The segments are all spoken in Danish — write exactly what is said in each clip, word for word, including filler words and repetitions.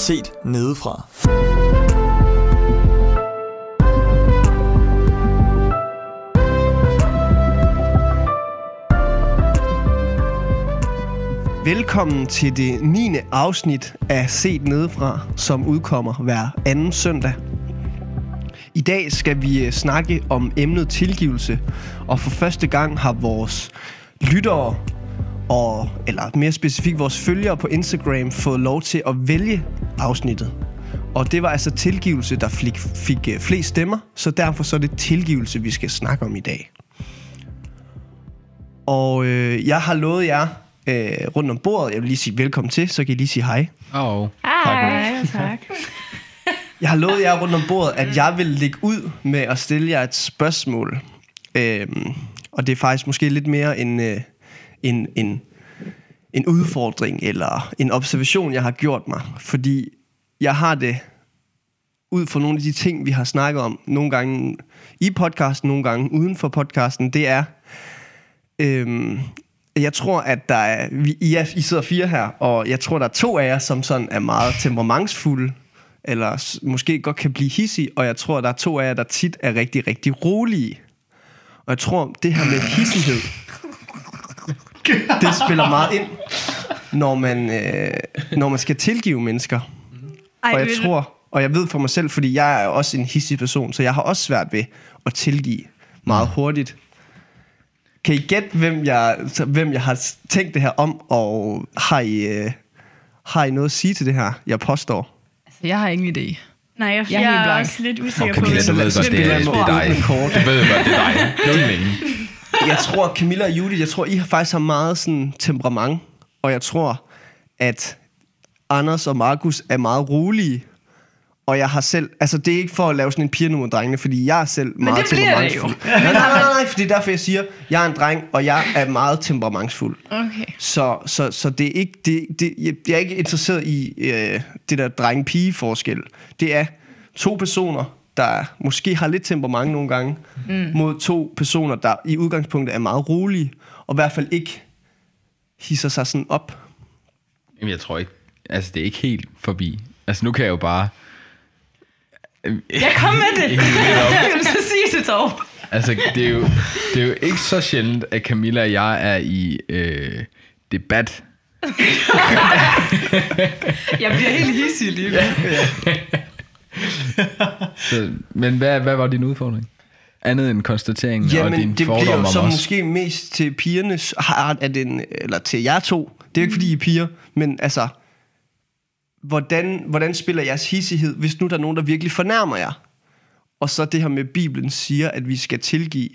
Set nedefra. Velkommen til det niende afsnit af Set nedefra, som udkommer hver anden søndag. I dag skal vi snakke om emnet tilgivelse, og for første gang har vores lyttere, og, eller mere specifikt vores følgere på Instagram, fået lov til at vælge afsnittet. Og det var altså tilgivelse, der fik, fik flest stemmer, så derfor så er det tilgivelse, vi skal snakke om i dag. Og øh, jeg har lovet jer øh, rundt om bordet, jeg vil lige sige velkommen til, så kan I lige sige hej. Åh, oh, hej, tak. Jeg har lovet jer rundt om bordet, at jeg vil lægge ud med at stille jer et spørgsmål. Øhm, og det er faktisk måske lidt mere en, øh, en, en, en udfordring eller en observation, jeg har gjort mig. Fordi jeg har det ud fra nogle af de ting, vi har snakket om nogle gange i podcasten, nogle gange uden for podcasten. Det er, øhm, jeg tror, at der er, vi, I, er, I sidder fire her, og jeg tror, der er to af jer, som sådan er meget temperamentsfulde, eller måske godt kan blive hissig, og jeg tror, der er to af jer, der tit er rigtig, rigtig rolige. Og jeg tror, det her med hissighed, det spiller meget ind, når man, øh, når man skal tilgive mennesker. Ej, og jeg tror, og jeg ved for mig selv, fordi jeg er også en hissig person, så jeg har også svært ved at tilgive meget hurtigt. Kan I gætte, hvem jeg, hvem jeg har tænkt det her om, og har I, øh, har I noget at sige til det her, jeg påstår? Jeg har ingen idé. Nej, jeg, jeg er, jeg helt er også lidt usikker okay, på det. Du ved godt, det er, det er dig. Du ved godt, det er dig. Det er meningen. Jeg tror, Camilla og Judith, jeg tror, I faktisk har meget sådan temperament. Og jeg tror, at Anders og Markus er meget rolige. Og jeg har selv, altså det er ikke for at lave sådan en pige mod drengene, fordi jeg er selv meget temperamentsfuld. Nej, nej, nej, nej, for det er derfor, jeg siger, jeg er en dreng, og jeg er meget temperamentsfuld. Okay. Så, så, så det er ikke, det, det, jeg er ikke interesseret i øh, det der dreng-pige-forskel. Det er to personer, der måske har lidt temperament nogle gange, mm. mod to personer, der i udgangspunktet er meget rolige, og i hvert fald ikke hisser sig sådan op. Jamen, jeg tror ikke, altså det er ikke helt forbi. Altså nu kan jeg jo bare... Jeg kom med det! Jeg vil så sige det dog. Altså, det er, jo, det er jo ikke så sjældent, at Camilla og jeg er i øh, debat. Jeg bliver helt hissig lige nu. Så, men hvad, hvad var din udfordring? Andet end konstateringen Jamen, og din det fordom bliver om jo så os? måske mest til pigernes har, er den, eller til jer to. Det er jo ikke, fordi I er piger, men altså, hvordan, hvordan spiller jeres hissighed, hvis nu der er nogen, der virkelig fornærmer jer? Og så det her med, Bibelen siger, at vi skal tilgive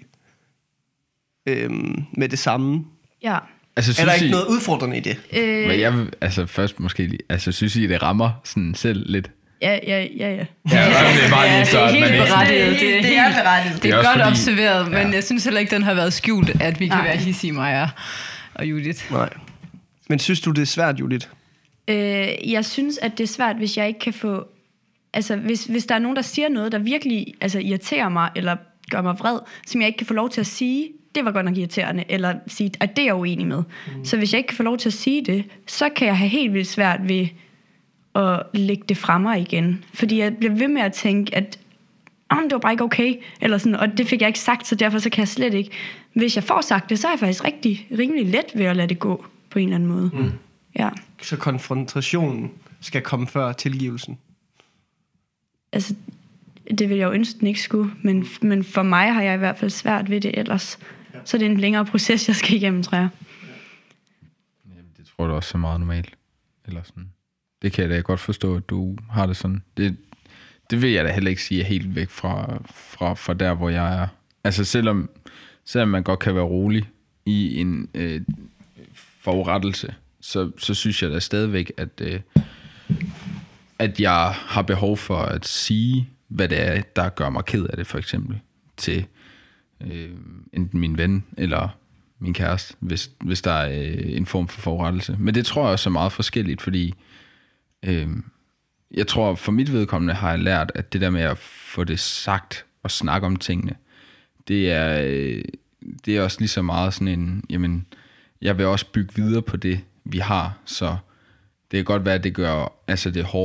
øhm, med det samme. Ja. Altså, er der ikke I, noget udfordrende i det? Øh, men jeg, altså først måske, altså synes I, det rammer sådan selv lidt? Ja, ja, ja, ja. Ja, det er bare lige så, det er at man helt ikke... berettiget. Det er, det er berettiget. Det er, Det er godt fordi, observeret, men ja. jeg synes heller ikke, den har været skjult, at vi kan Nej. være hissige, Maja og Judith. Nej. Men synes du, det er svært, Judith? Øh, jeg synes, at det er svært, hvis jeg ikke kan få... Altså, hvis, hvis der er nogen, der siger noget, der virkelig altså, irriterer mig, eller gør mig vred, som jeg ikke kan få lov til at sige, det var godt nok irriterende, eller sige, at det er jeg uenig med. Mm. Så hvis jeg ikke kan få lov til at sige det, så kan jeg have helt vildt svært ved at lægge det fra mig igen. Fordi jeg bliver ved med at tænke, at oh, det var bare ikke okay, eller sådan, og det fik jeg ikke sagt, så derfor så kan jeg slet ikke. Hvis jeg får sagt det, så er jeg faktisk rigtig, rimelig let ved at lade det gå på en eller anden måde. Mm. Ja. Så konfrontationen skal komme før tilgivelsen? Altså, det vil jeg jo ønske, den ikke skulle, men, men for mig har jeg i hvert fald svært ved det ellers. Ja. Så det er en længere proces, jeg skal igennem, tror jeg. Jamen, det tror jeg også så meget normalt. Eller sådan. Det kan jeg da godt forstå, at du har det sådan. Det, det vil jeg da heller ikke sige er helt væk fra, fra, fra der, hvor jeg er. Altså selvom, selvom man godt kan være rolig i en øh, forurettelse, så, så synes jeg da stadigvæk, at, øh, at jeg har behov for at sige, hvad det er, der gør mig ked af det, for eksempel, til øh, enten min ven eller min kæreste, hvis, hvis der er øh, en form for forurettelse. Men det tror jeg også er meget forskelligt, fordi øh, jeg tror, for mit vedkommende har jeg lært, at det der med at få det sagt og snakke om tingene, det er, øh, det er også lige så meget sådan en, jamen, jeg vil også bygge videre på det, vi har, så det kan godt være, at det gør, altså det er hårdt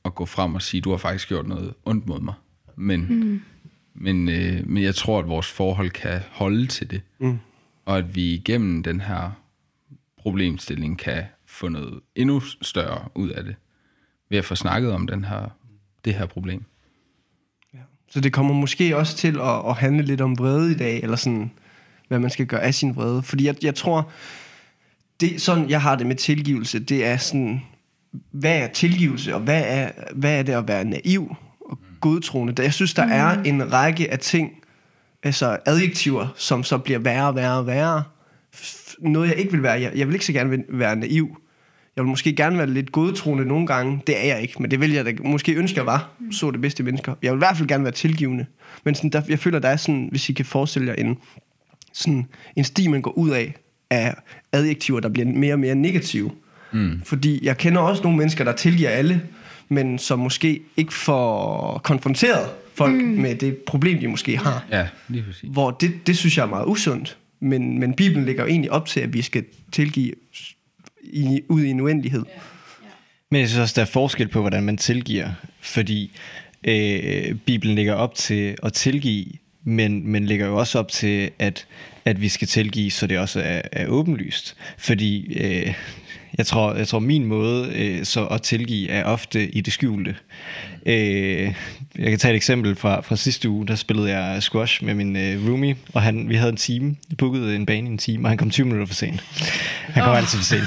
at gå frem og sige, du har faktisk gjort noget ondt mod mig. Men, mm. men, øh, men jeg tror, at vores forhold kan holde til det. Mm. Og at vi igennem den her problemstilling kan få noget endnu større ud af det. Ved at få snakket om den her, det her problem. Ja. Så det kommer måske også til at, at handle lidt om vrede i dag, eller sådan, hvad man skal gøre af sin vrede. Fordi jeg, jeg tror, det sådan jeg har det med tilgivelse, det er sådan, hvad er tilgivelse, og hvad er, hvad er det at være naiv og godtroende? Jeg synes, der er en række af ting, altså adjektiver, som så bliver værre og værre og værre. Noget jeg ikke vil være. Jeg, jeg vil ikke så gerne være naiv. Jeg vil måske gerne være lidt godtroende nogle gange. Det er jeg ikke, men det vil jeg da måske ønske, jeg var. Så det bedste mennesker. Jeg vil i hvert fald gerne være tilgivende. Men sådan, der, jeg føler, der er sådan, hvis I kan forestille jer en, sådan, en sti, man går ud af, af adjektiver, der bliver mere og mere negative. Mm. Fordi jeg kender også nogle mennesker, der tilgiver alle, men som måske ikke får konfronteret folk mm. med det problem, de måske har. Ja, lige præcis. Hvor det, det synes jeg er meget usundt. Men, men Bibelen lægger jo egentlig op til, at vi skal tilgive i, ud i en uendelighed. Ja. Ja. Men jeg synes også, der er forskel på, hvordan man tilgiver. Fordi øh, Bibelen lægger op til at tilgive, men, men lægger jo også op til, at, at vi skal tilgive, så det også er, er åbenlyst. Fordi øh, jeg, tror, jeg tror, min måde øh, så at tilgive er ofte i det skjulte. Øh, jeg kan tage et eksempel fra, fra sidste uge. Der spillede jeg squash med min øh, roomie, og han, vi havde en time. Vi bookede en bane i en time, og han kom tyve minutter for sent. Han kom oh. altid for sent.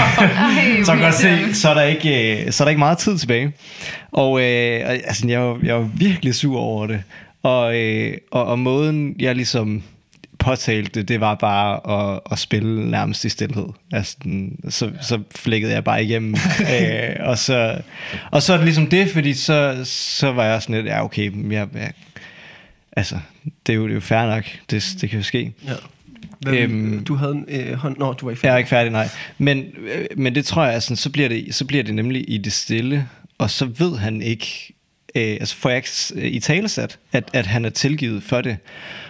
Så kan godt se, så er, der ikke, øh, så er der ikke meget tid tilbage. Og øh, altså, jeg, var, jeg var virkelig sur over det. Og, øh, og, og måden, jeg ligesom påtalte det, det var bare at, at spille nærmest i stilhed. Altså, så, så flækkede jeg bare igennem. øh, og, så, og så er det ligesom det, fordi så, så var jeg sådan lidt, ja okay, jeg, jeg, altså, det er jo, det er jo fair nok, det, det kan jo ske. Ja. Hvad, øhm, du havde en øh, hånd, nå, du var ikke færdig. Jeg er ikke færdig, nej. Men, øh, men det tror jeg, sådan, så, bliver det, så bliver det nemlig i det stille, og så ved han ikke, øh, altså får jeg ikke i talesat, at, at han er tilgivet for det.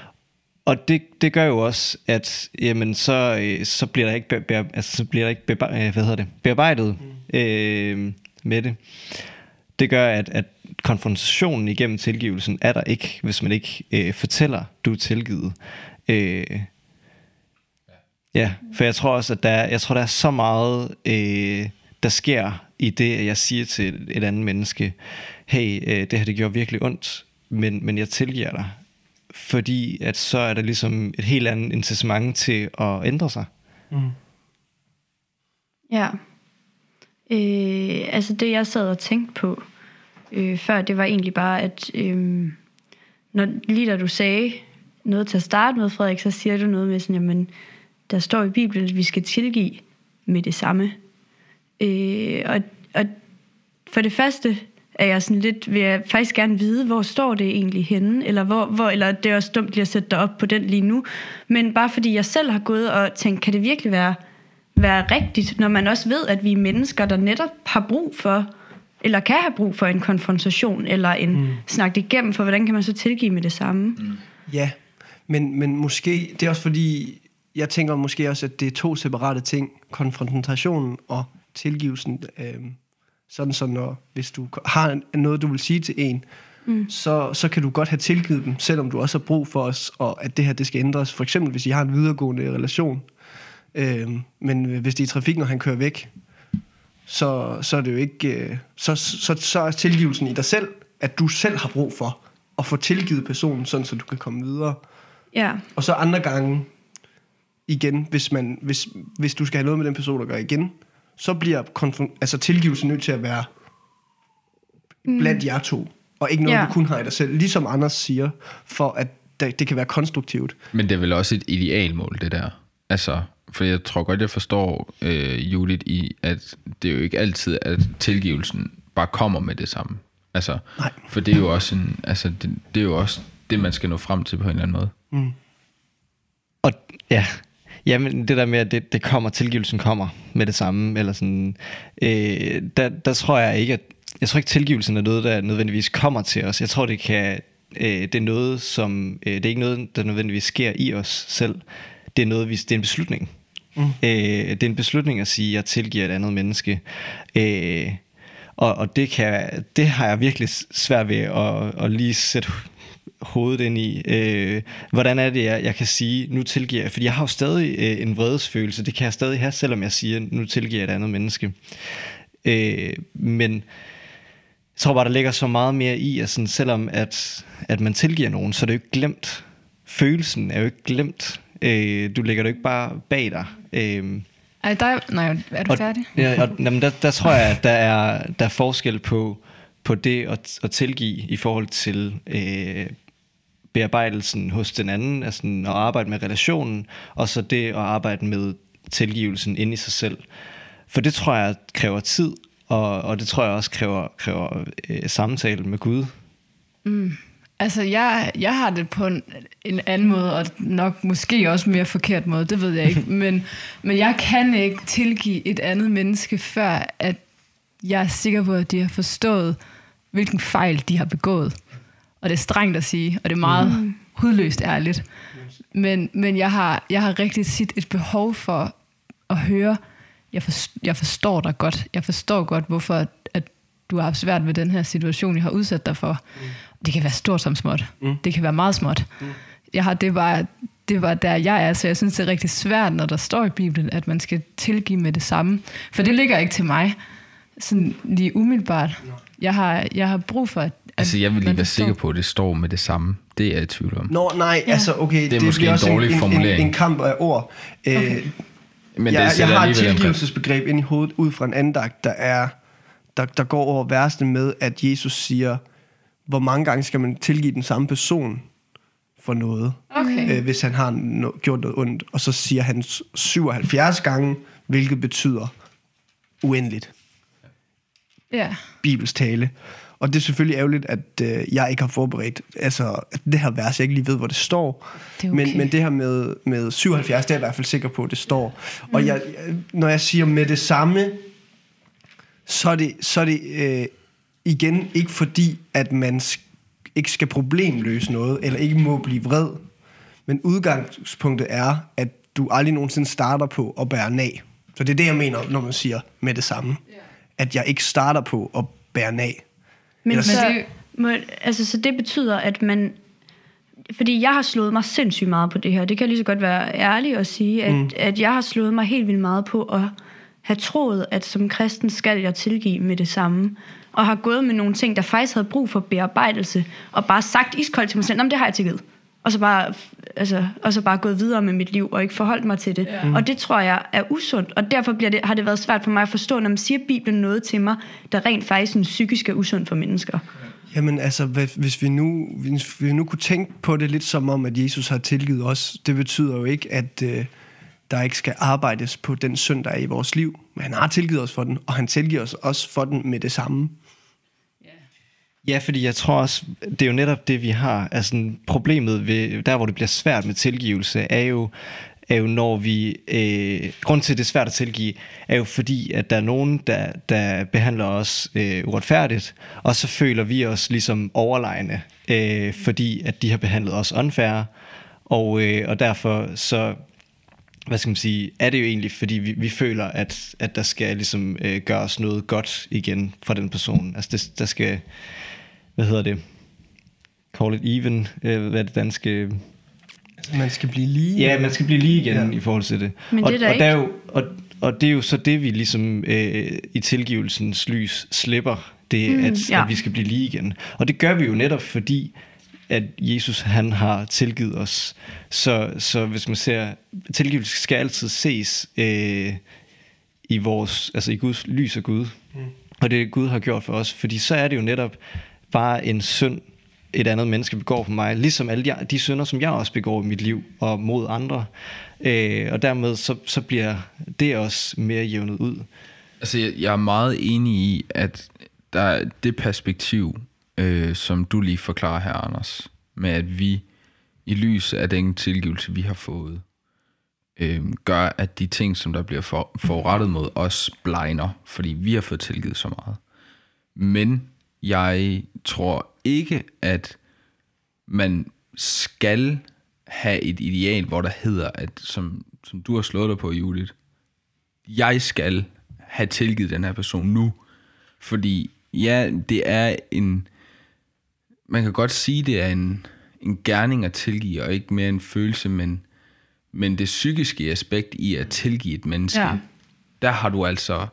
Og det, det gør jo også, at jamen, så, øh, så bliver der ikke, be, be, altså, så bliver der ikke be, hvad hedder det, bearbejdet mm. øh, med det. Det gør, at, at konfrontationen igennem tilgivelsen er der ikke, hvis man ikke øh, fortæller, du er tilgivet. Øh, ja, for jeg tror også, at der, jeg tror, der er så meget, øh, der sker i det, at jeg siger til et andet menneske, hey, øh, det her det gjorde virkelig ondt, men, men jeg tilgiver dig. Fordi at så er der ligesom et helt andet incitament til at ændre sig. Mm. Ja. Øh, altså det jeg sad og tænkte på øh, før, det var egentlig bare, at øh, når, lige da du sagde noget til at starte med, Frederik, så siger du noget med sådan, jamen, der står i Bibelen, at vi skal tilgive med det samme. Øh, og, og for det første er jeg sådan lidt, vil jeg faktisk gerne vide, hvor står det egentlig henne, eller, hvor, hvor, eller det er også dumt lige at sætte dig op på den lige nu, men bare fordi jeg selv har gået og tænkt, kan det virkelig være, være rigtigt, når man også ved, at vi er mennesker, der netop har brug for, eller kan have brug for en konfrontation, eller en mm. snak igennem, for hvordan kan man så tilgive med det samme? Mm. Ja, men, men måske, det er også fordi, jeg tænker måske også, at det er to separate ting, konfrontationen og tilgivelsen. Øh, sådan så når, hvis du har noget, du vil sige til en, mm. så, så kan du godt have tilgivet dem, selvom du også har brug for os, og at det her, det skal ændres. For eksempel, hvis I har en videregående relation, øh, men hvis det er i trafikken, og han kører væk, så, så er det jo ikke, øh, så, så, så er tilgivelsen i dig selv, at du selv har brug for at få tilgivet personen, sådan så du kan komme videre. Ja. Og så andre gange, igen, hvis, man, hvis, hvis du skal have noget med den person at gøre igen, så bliver konfron- altså tilgivelsen nødt til at være mm. blandt jer to, og ikke noget, ja. du kun har i dig selv. Ligesom Anders siger, for at det, det kan være konstruktivt. Men det er vel også et idealmål, det der. Altså, for jeg tror godt, jeg forstår øh, Judith i, at det er jo ikke altid, at tilgivelsen bare kommer med det samme. Altså, nej. For det er jo også en, altså, det, det er jo også det, man skal nå frem til på en eller anden måde. Mm. Og ja, jamen det der med, at det, det kommer, tilgivelsen kommer med det samme, eller sådan, øh, der, der tror jeg ikke, at, jeg tror ikke, tilgivelsen er noget, der nødvendigvis kommer til os. Jeg tror, det kan, øh, det er noget, som, øh, det er ikke noget, der nødvendigvis sker i os selv. Det er noget, vi, det er en beslutning. Mm. Øh, det er en beslutning at sige, at jeg tilgiver et andet menneske. Øh, Og, og det, kan, det har jeg virkelig svært ved at, at lige sætte hovedet ind i. Øh, hvordan er det, jeg, jeg kan sige, nu tilgiver jeg? Fordi jeg har jo stadig øh, en vredesfølelse. Det kan jeg stadig have, selvom jeg siger, nu tilgiver jeg et andet menneske. Øh, men jeg tror bare, der ligger så meget mere i, at sådan, selvom at, at man tilgiver nogen, så er det jo ikke glemt. Følelsen er jo ikke glemt. Øh, du lægger det jo ikke bare bag dig. Øh, Ej, der, nej, er du og, færdig? Ja, og, jamen, der, der tror jeg, at der er, der er forskel på, på det at, at tilgive i forhold til øh, bearbejdelsen hos den anden, altså at arbejde med relationen, og så det at arbejde med tilgivelsen inde i sig selv. For det tror jeg kræver tid, og, og det tror jeg også kræver, kræver øh, samtale med Gud. Mm. Altså, jeg, jeg har det på en, en anden måde, og nok måske også mere forkert måde, det ved jeg ikke. Men, men jeg kan ikke tilgive et andet menneske, før at jeg er sikker på, at de har forstået, hvilken fejl de har begået. Og det er strengt at sige, og det er meget mm. hudløst ærligt. Men, men jeg, har, jeg har rigtig tit et behov for at høre, jeg, for, jeg forstår dig godt. Jeg forstår godt, hvorfor at, at du har haft svært ved den her situation, jeg har udsat dig for. Mm. Det kan være stort som småt. Mm. Det kan være meget småt. Mm. Jeg har, det, var, det var der, jeg er, så jeg synes, det er rigtig svært, når der står i Bibelen, at man skal tilgive med det samme. For det ligger ikke til mig, sådan lige umiddelbart. Jeg har, jeg har brug for, at Altså, jeg vil lige være sikker på, at det står med det samme. Det er jeg i tvivl om. Nå, nej, ja. altså, okay. Det er det måske en dårlig en, formulering. En, en kamp af ord. Okay. Øh, Men jeg, det jeg har et tilgivelsesbegreb ind i hovedet, ud fra en andagt, der, er, der, der går over versene med, at Jesus siger, hvor mange gange skal man tilgive den samme person for noget, okay. øh, hvis han har no- gjort noget ondt. Og så siger han syvoghalvfjerds gange, hvilket betyder uendeligt. Ja. Bibels tale. Og det er selvfølgelig ærgerligt, at øh, jeg ikke har forberedt altså, at det her vers, jeg ikke lige ved, hvor det står. Det okay. men, men det her med, med syvoghalvfjerds, det er jeg i hvert fald sikker på, at det står. Mm. Og jeg, når jeg siger med det samme, så er det, så er det øh, igen ikke fordi, at man sk- ikke skal problemløse noget, eller ikke må blive vred. Men udgangspunktet er, at du aldrig nogensinde starter på at bære nag. Så det er det, jeg mener, når man siger med det samme. Yeah. At jeg ikke starter på at bære nag. Men Ellers... så, må, altså, så det betyder, at man... Fordi jeg har slået mig sindssygt meget på det her. Det kan lige så godt være ærlig at sige, at, mm. at jeg har slået mig helt vildt meget på at have troet, at som kristen skal jeg tilgive med det samme. Og har gået med nogle ting, der faktisk havde brug for bearbejdelse, og bare sagt iskoldt til mig selv, det har jeg tilgivet. Og så bare, altså, og så bare gået videre med mit liv, og ikke forholdt mig til det. Ja. Og det tror jeg er usundt, og derfor bliver det, har det været svært for mig at forstå, når man siger Bibelen noget til mig, der rent faktisk en psykisk er usundt for mennesker. Jamen altså, hvis vi, nu, hvis vi nu kunne tænke på det lidt som om, at Jesus har tilgivet os, det betyder jo ikke, at øh, der ikke skal arbejdes på den synd, der er i vores liv. Men han har tilgivet os for den, og han tilgiver os også for den med det samme. Ja, fordi jeg tror også, det er jo netop det, vi har. Altså problemet ved, der hvor det bliver svært med tilgivelse, er jo, er jo når vi, øh, grund til, at det er svært at tilgive, er jo fordi, at der er nogen, der, der behandler os øh, uretfærdigt, og så føler vi os ligesom overlegne, øh, fordi at de har behandlet os unfair, og, øh, og derfor så, hvad skal man sige, er det jo egentlig, fordi vi, vi føler, at, at der skal ligesom øh, gøres noget godt igen fra den person. Altså det, der skal, hvad hedder det, call it even, øh, hvad er det danske... Man skal blive lige. Ja, man skal blive lige igen ja. i forhold til det. Men og, det er der og, ikke. der er jo, og, og det er jo så det, vi ligesom øh, i tilgivelsens lys slipper, det mm, at, ja. at vi skal blive lige igen. Og det gør vi jo netop fordi, at Jesus han har tilgivet os. Så, så hvis man ser, tilgivelse skal altid ses øh, i vores, altså i Guds lys af Gud. Mm. Og det Gud har gjort for os. Fordi så er det jo netop bare en synd, et andet menneske begår på mig, ligesom alle de, de synder, som jeg også begår i mit liv og mod andre. Øh, og dermed så, så bliver det også mere jævnet ud. Altså, jeg, jeg er meget enig i, at der er det perspektiv, øh, som du lige forklarer her, Anders, med at vi i lys af den tilgivelse, vi har fået, øh, gør, at de ting, som der bliver for, forrettet mod os, blegner, fordi vi har fået tilgivet så meget. Men jeg tror ikke, at man skal have et ideal, hvor der hedder, at som, som du har slået dig på, Judith, jeg skal have tilgivet den her person nu, Fordi ja, det er en... Man kan godt sige, det er en, en gerning at tilgive, og ikke mere en følelse, men, men det psykiske aspekt i at tilgive et menneske, Ja. der har du altså...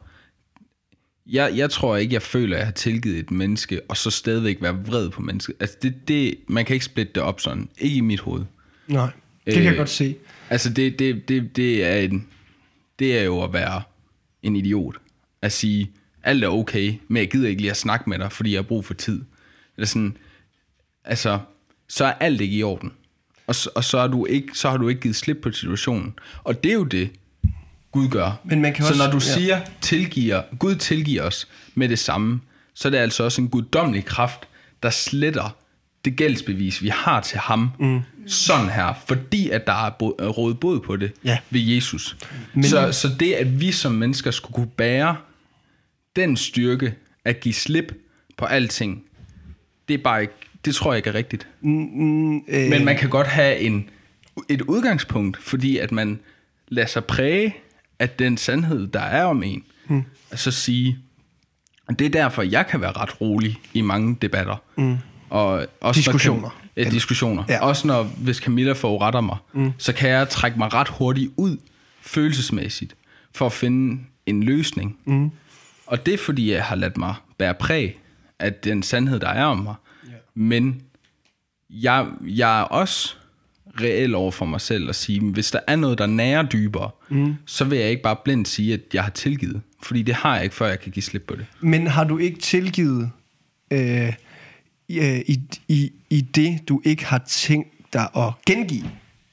Jeg, jeg tror ikke, jeg føler, at jeg har tilgivet et menneske, og så stadigvæk være vred på mennesket. Altså, det, det, man kan ikke splitte det op sådan. Ikke i mit hoved. Nej, det kan Øh, jeg godt se. Altså, det, det, det, det, er en, det er jo at være en idiot. At sige, alt er okay, men jeg gider ikke lige at snakke med dig, fordi jeg har brug for tid. Eller sådan, altså, så er alt ikke i orden. Og, så- og så, er du ikke, så har du ikke givet slip på situationen. Og det er jo det, Gud gør. Men man kan så også- når du ja. siger, tilgiver, Gud tilgiver os med det samme, så er det altså også en guddommelig kraft, der sletter det gældsbevis, vi har til ham, mm. sådan her, fordi at der er bo- er rådet bod på det Ja. ved Jesus. Men- så, så det, at vi som mennesker skulle kunne bære den styrke at give slip på alting, det er bare ikke, det tror jeg ikke er rigtigt. Mm, øh, Men man kan godt have en, et udgangspunkt, fordi at man lader sig præge af den sandhed, der er om en. Mm. Og så sige, det er derfor, jeg kan være ret rolig i mange debatter. Mm. Og også Diskussioner. Når, ja, diskussioner. Ja. Ja. Også når, hvis Camilla foruretter mig, mm. så kan jeg trække mig ret hurtigt ud, følelsesmæssigt, for at finde en løsning. Mm. Og det er, fordi jeg har ladt mig bære præg af den sandhed, der er om mig. Yeah. Men jeg, jeg er også reel over for mig selv at sige, hvis der er noget, der nærer dybere, mm. så vil jeg ikke bare blindt sige, at jeg har tilgivet. Fordi det har jeg ikke, før jeg kan give slip på det. Men har du ikke tilgivet øh, i, i, i, i det, du ikke har tænkt dig at gengive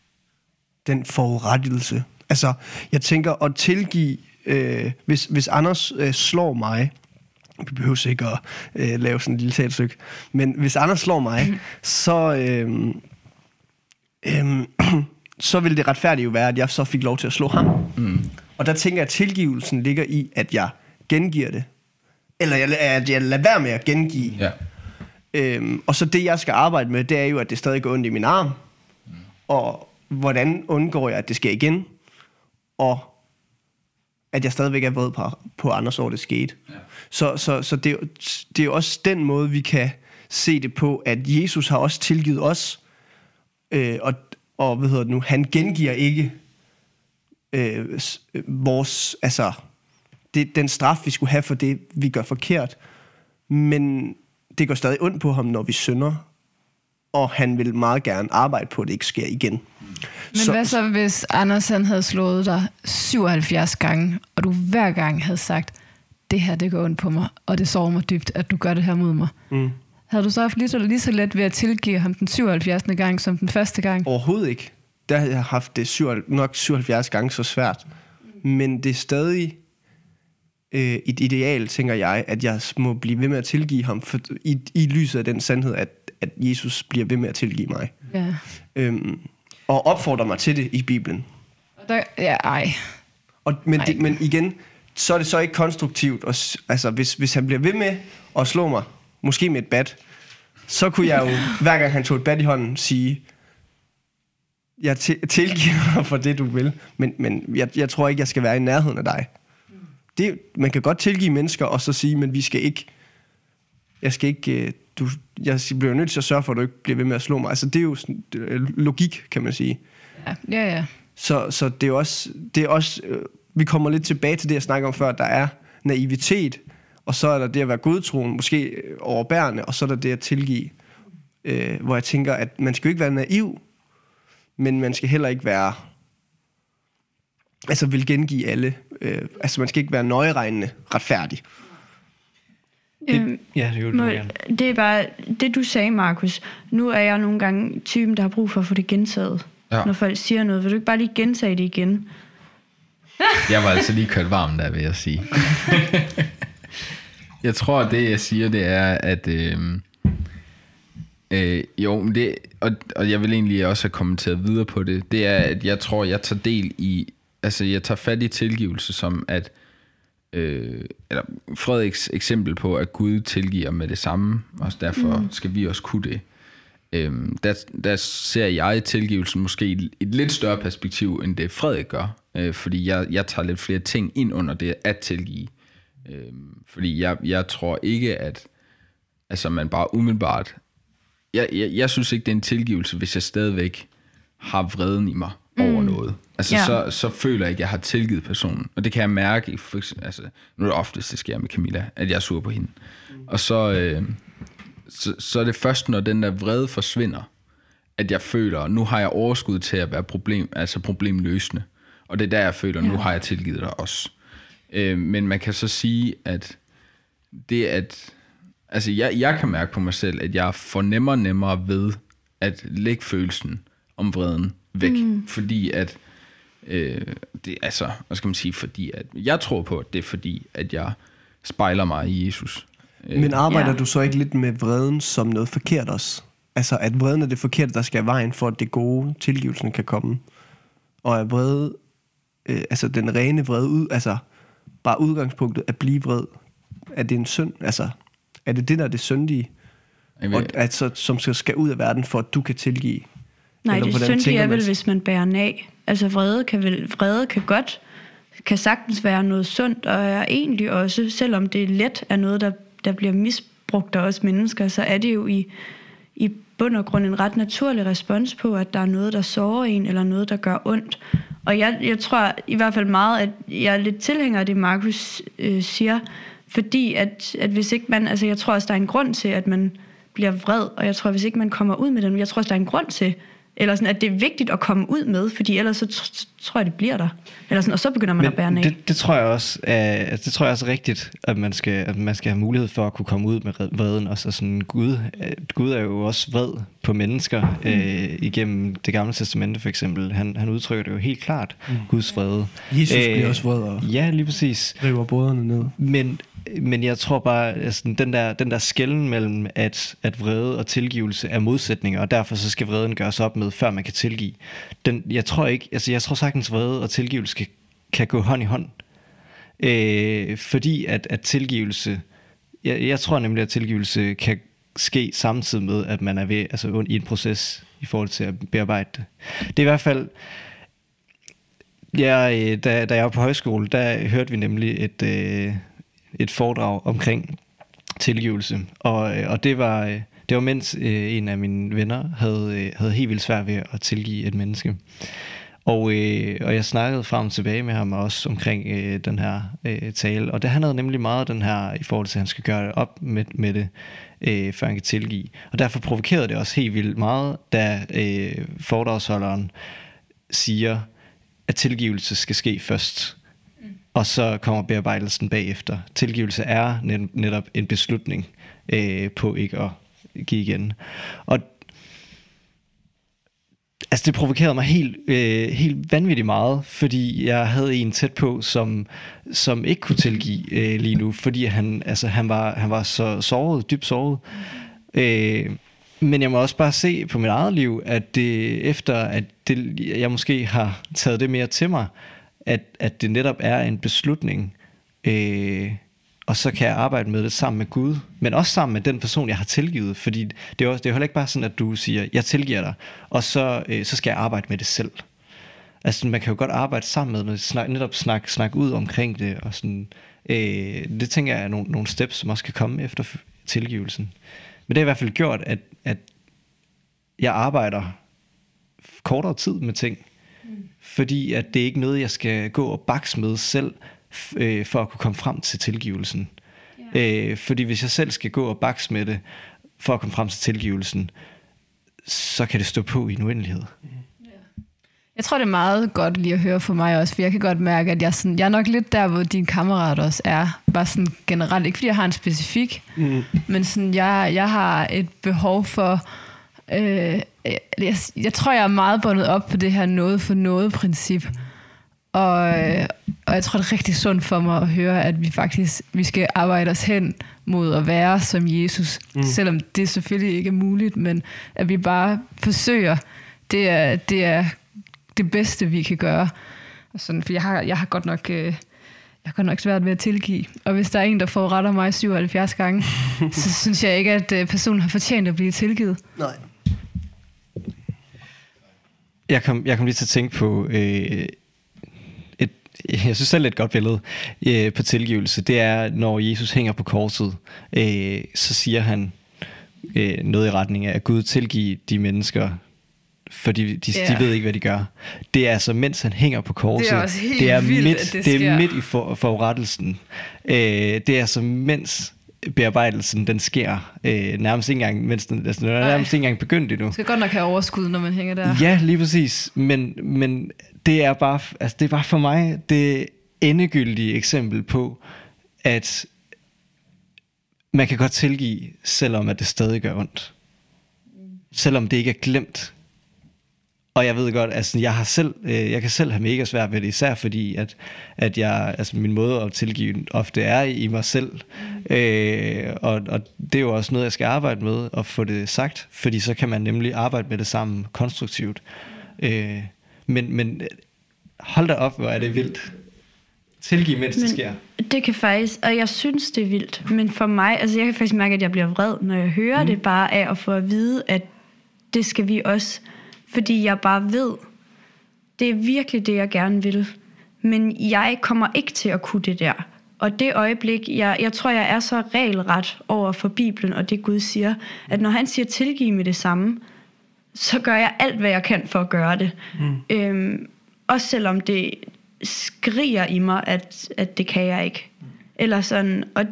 den forurettelse? Altså, jeg tænker at tilgive, øh, hvis, hvis Anders øh, slår mig, vi behøver ikke at øh, lave sådan et lille talstykke, men hvis Anders slår mig, så, øh, øh, så vil det retfærdige jo være, at jeg så fik lov til at slå ham. Mm. Og der tænker jeg, at tilgivelsen ligger i, at jeg gengiver det. Eller jeg, at jeg lader være med at gengive. Ja. Øhm, og så det, jeg skal arbejde med, det er jo, at det stadig går ondt i min arm. Mm. Og hvordan undgår jeg, at det sker igen? Og at jeg stadigvæk er vred på, på andres år, det skete. Ja. Så, så, så det, er jo- det er jo også den måde, vi kan se det på, at Jesus har også tilgivet os. Øh, og, og hvad hedder det nu, han gengiver ikke øh, s- øh, vores, altså, det, den straf, vi skulle have for det, vi gør forkert. Men det går stadig ondt på ham, når vi synder. Og han vil meget gerne arbejde på, at det ikke sker igen. Men så, hvad så, hvis Anders han havde slået dig syvoghalvfjerds gange, og du hver gang havde sagt, det her, det går ondt på mig, og det sover mig dybt, at du gør det her mod mig. Mm. Havde du så haft lige så, lige så let ved at tilgive ham den syvoghalvfjerds gang, som den første gang? Overhovedet ikke. Der har jeg haft det syv, nok syvoghalvfjerds gange så svært. Men det er stadig øh, et ideal, tænker jeg, at jeg må blive ved med at tilgive ham, for, i, i lyset af den sandhed, at, at Jesus bliver ved med at tilgive mig. Ja. Øhm, og opfordrer mig til det i Bibelen. Og der, ja, ej. Og, men, Ej. det, men igen, så er det så ikke konstruktivt. Og, s- altså, hvis, hvis han bliver ved med at slå mig, måske med et bat, så kunne jeg jo, hver gang han tog et bat i hånden, sige, jeg til, tilgiver dig for det, du vil, men, men jeg, jeg tror ikke, jeg skal være i nærheden af dig. Det, man kan godt tilgive mennesker, og så sige, men vi skal ikke, jeg skal ikke, øh, du, jeg bliver nødt til at sørge for, at du ikke bliver ved med at slå mig. Altså, det er jo sådan, det er logik, kan man sige. Ja, ja. ja. Så, så det er også, det er også øh, vi kommer lidt tilbage til det, jeg snakker om før, der er naivitet, og så er der det at være godtroen, måske øh, overbærende, og så er der det at tilgive, øh, hvor jeg tænker, at man skal jo ikke være naiv, men man skal heller ikke være, altså vil gengive alle, øh, altså man skal ikke være nøjeregnende retfærdig. Øhm, Ja, det er jo må, det. det er bare det, du sagde, Markus. Nu er jeg nogle gange typen, der har brug for at få det gentaget. Ja. Når folk siger noget, vil du ikke bare lige gentage det igen? Jeg var altså lige kørt varm der, vil jeg sige. Jeg tror, det jeg siger, det er, at... Øh, øh, jo, men det, og, og jeg vil egentlig også have kommenteret videre på det, det er, at jeg tror, jeg tager del i... Altså, jeg tager fat i tilgivelse som, at... Øh, eller Frederiks eksempel på, at Gud tilgiver med det samme, og derfor mm. skal vi også kunne det. Øhm, der, der ser jeg tilgivelsen måske i et lidt større perspektiv, end det Frederik gør. Øh, fordi jeg, jeg tager lidt flere ting ind under det at tilgive. Øhm, fordi jeg, jeg tror ikke, at altså man bare umiddelbart... Jeg, jeg, jeg synes ikke, det er en tilgivelse, hvis jeg stadigvæk har vreden i mig over mm. noget. Altså, Ja. så, så føler jeg ikke, at jeg har tilgivet personen. Og det kan jeg mærke, for eksempel, altså, nu er det oftest, det sker med Camilla, at jeg er sur på hende. Mm. Og så, øh, så, så er det først, når den der vrede forsvinder, at jeg føler, at nu har jeg overskud til at være problem, altså problemløsende. Og det er der, jeg føler, at nu har jeg tilgivet dig også. Øh, men man kan så sige, at det at... Altså, jeg, jeg kan mærke på mig selv, at jeg fornemmer nemmere ved at lægge følelsen om vreden væk. Mm. Fordi at... Øh, det, altså, hvad skal man sige? Fordi at... Jeg tror på, at det er fordi, at jeg spejler mig i Jesus. Men arbejder Ja. du så ikke lidt med vreden som noget forkert også? Altså, at vreden er det forkerte, der skal i vejen for, at det gode tilgivelsen kan komme? Og er vrede... Øh, altså, den rene vrede ud... Altså, bare udgangspunktet at blive vred, er det en synd? Altså... Er det det, der er det syndige, Jeg og, ved, altså, som skal, skal ud af verden, for at du kan tilgive? Nej, Eller det hvordan syndige tænker er man vel, så? hvis man bærer den af. Altså vrede kan, vel, vrede kan godt, kan sagtens være noget sundt, og er egentlig også, selvom det er let, er noget, der, der bliver misbrugt af os mennesker, så er det jo i, i bund og grund en ret naturlig respons på, at der er noget, der sårer en, eller noget, der gør ondt. Og jeg, jeg tror i hvert fald meget, at jeg er lidt tilhænger af det, Markus øh, siger, fordi at, at hvis ikke man, altså jeg tror også, der er en grund til, at man bliver vred, og jeg tror, hvis ikke man kommer ud med den, jeg tror også, der er en grund til, eller sådan, at det er vigtigt at komme ud med, fordi ellers så t- tror jeg, det bliver der. Eller sådan, og så begynder man at bære den af. det, det tror jeg også er, altså, det tror jeg også er rigtigt, at man skal, at man skal have mulighed for at kunne komme ud med vreden også. Og sådan, Gud, Gud er jo også vred på mennesker mm. øh, igennem det gamle testamente for eksempel. Han, han udtrykker det jo helt klart, mm. Guds vrede. Jesus øh, bliver også vred og ja, lige præcis. river brødrene ned. Men Men jeg tror bare, altså, den der, den der skelnen mellem, at, at vrede og tilgivelse er modsætninger, og derfor så skal vreden gøres op med, før man kan tilgive. Den, jeg tror ikke, altså jeg tror sagtens, vrede og tilgivelse kan, kan gå hånd i hånd. Øh, fordi at, at tilgivelse, jeg, jeg tror nemlig, at tilgivelse kan ske samtidig med, at man er ved, altså i en proces i forhold til at bearbejde det. Det er i hvert fald... Jeg, da, da jeg var på højskole, der hørte vi nemlig et... Øh, et foredrag omkring tilgivelse, og, og det var det var mens øh, en af mine venner havde, havde helt vildt svært ved at tilgive et menneske, og, øh, og jeg snakkede frem og tilbage med ham også omkring øh, den her øh, tale, og det handlede nemlig meget den her i forhold til, at han skal gøre det op med, med det, øh, før han kan tilgive, og derfor provokerede det også helt vildt meget, da øh, foredragsholderen siger, at tilgivelse skal ske først, og så kommer bearbejdelsen bagefter. Tilgivelse er net, netop en beslutning øh, på ikke at give igen. Og altså det provokerede mig helt, øh, helt vanvittigt meget, fordi jeg havde en tæt på, som, som ikke kunne tilgive øh, lige nu, fordi han, altså, han, var, han var så såret, dybt såret. Øh, men jeg må også bare se på mit eget liv, at det, efter at det, jeg måske har taget det mere til mig, At, at det netop er en beslutning, øh, og så kan jeg arbejde med det sammen med Gud, men også sammen med den person, jeg har tilgivet, fordi det er jo, det er jo heller ikke bare sådan, at du siger, jeg tilgiver dig, og så, øh, så skal jeg arbejde med det selv. Altså man kan jo godt arbejde sammen med det, snak, netop snakke snak ud omkring det, og sådan, øh, det tænker jeg er nogle, nogle steps, som også kan komme efter tilgivelsen. Men det har i hvert fald gjort, at, at jeg arbejder kortere tid med ting, fordi at det er ikke noget, jeg skal gå og bakse med selv, øh, for at kunne komme frem til tilgivelsen. Yeah. Øh, fordi hvis jeg selv skal gå og bakse med det, for at komme frem til tilgivelsen, så kan det stå på i en uendelighed. Jeg tror, det er meget godt lige at høre for mig også, for jeg kan godt mærke, at jeg, sådan, jeg er nok lidt der, hvor din kammerat også er. Bare sådan generelt, ikke fordi jeg har en specifik, mm. men sådan, jeg, jeg har et behov for... Øh, jeg, jeg tror, jeg er meget bundet op på det her noget for noget princip. Og, og jeg tror, det er rigtig sundt for mig at høre, at vi faktisk vi skal arbejde os hen mod at være som Jesus. Mm. Selvom det selvfølgelig ikke er muligt, men at vi bare forsøger. Det er det, er det bedste, vi kan gøre. Og sådan, for jeg har, jeg har godt nok... Øh, Jeg har godt nok svært ved at tilgive. Og hvis der er en, der foruretter mig syvoghalvfjerds gange, så synes jeg ikke, at personen har fortjent at blive tilgivet. Nej. Jeg kom, jeg kom lige til at tænke på øh, et, jeg synes selv er et godt billede øh, på tilgivelse, det er, når Jesus hænger på korset, øh, så siger han øh, noget i retning af, at Gud tilgive de mennesker, fordi de, Ja. de ved ikke, hvad de gør. Det er altså, mens han hænger på korset. Det er også helt det er vildt, midt, at det det sker. er midt i for, forurettelsen. Øh, det er altså, mens bearbejdelsen, den sker. Øh, nærmest ikke engang, mens den, altså, den er nærmest ikke engang begyndt endnu. Du skal godt nok have overskud, når man hænger der. Ja, lige præcis. Men, men det er bare, altså det er bare for mig det endegyldige eksempel på, at man kan godt tilgive, selvom at det stadig gør ondt. Selvom det ikke er glemt. Og jeg ved godt, altså jeg har selv, øh, jeg kan selv have mega svært ved det, især fordi at at jeg, altså min måde at tilgive ofte er i mig selv, øh, og og det er jo også noget jeg skal arbejde med at få det sagt, fordi så kan man nemlig arbejde med det sammen konstruktivt. Øh, men men hold da op, hvor er det vildt. Tilgive mens det sker. Det kan faktisk, og jeg synes det er vildt, men for mig, altså jeg kan faktisk mærke, at jeg bliver vred, når jeg hører mm. det bare af at få at vide, at det skal vi også. Fordi jeg bare ved, det er virkelig det, jeg gerne vil. Men jeg kommer ikke til at kunne det der. Og det øjeblik, jeg, jeg tror, jeg er så regelret over for Bibelen, og det Gud siger, at når han siger tilgive med det samme, så gør jeg alt, hvad jeg kan for at gøre det. Mm. Øhm, også selvom det skriger i mig, at, at det kan jeg ikke. Eller sådan, og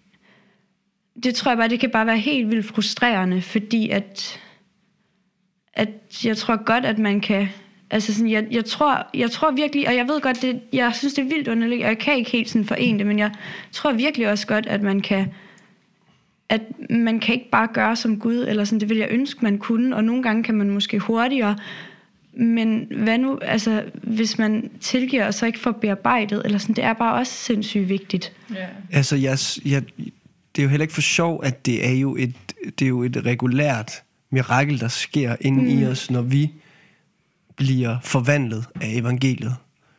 det tror jeg bare, det kan bare være helt vildt frustrerende, fordi at at jeg tror godt, at man kan, altså sådan, jeg, jeg tror, jeg tror virkelig, og jeg ved godt, det, jeg synes, det er vildt underligt, og jeg kan ikke helt sådan forene det, men jeg tror virkelig også godt, at man kan, at man kan ikke bare gøre som Gud, eller sådan, det vil jeg ønske, man kunne, og nogle gange kan man måske hurtigere, men hvad nu, altså, hvis man tilgiver, og så ikke får bearbejdet, eller sådan, det er bare også sindssygt vigtigt. Ja. Altså, jeg, jeg, det er jo heller ikke for sjov, at det er jo et, det er jo et regulært mirakel, der sker inde mm. i os, når vi bliver forvandlet af evangeliet.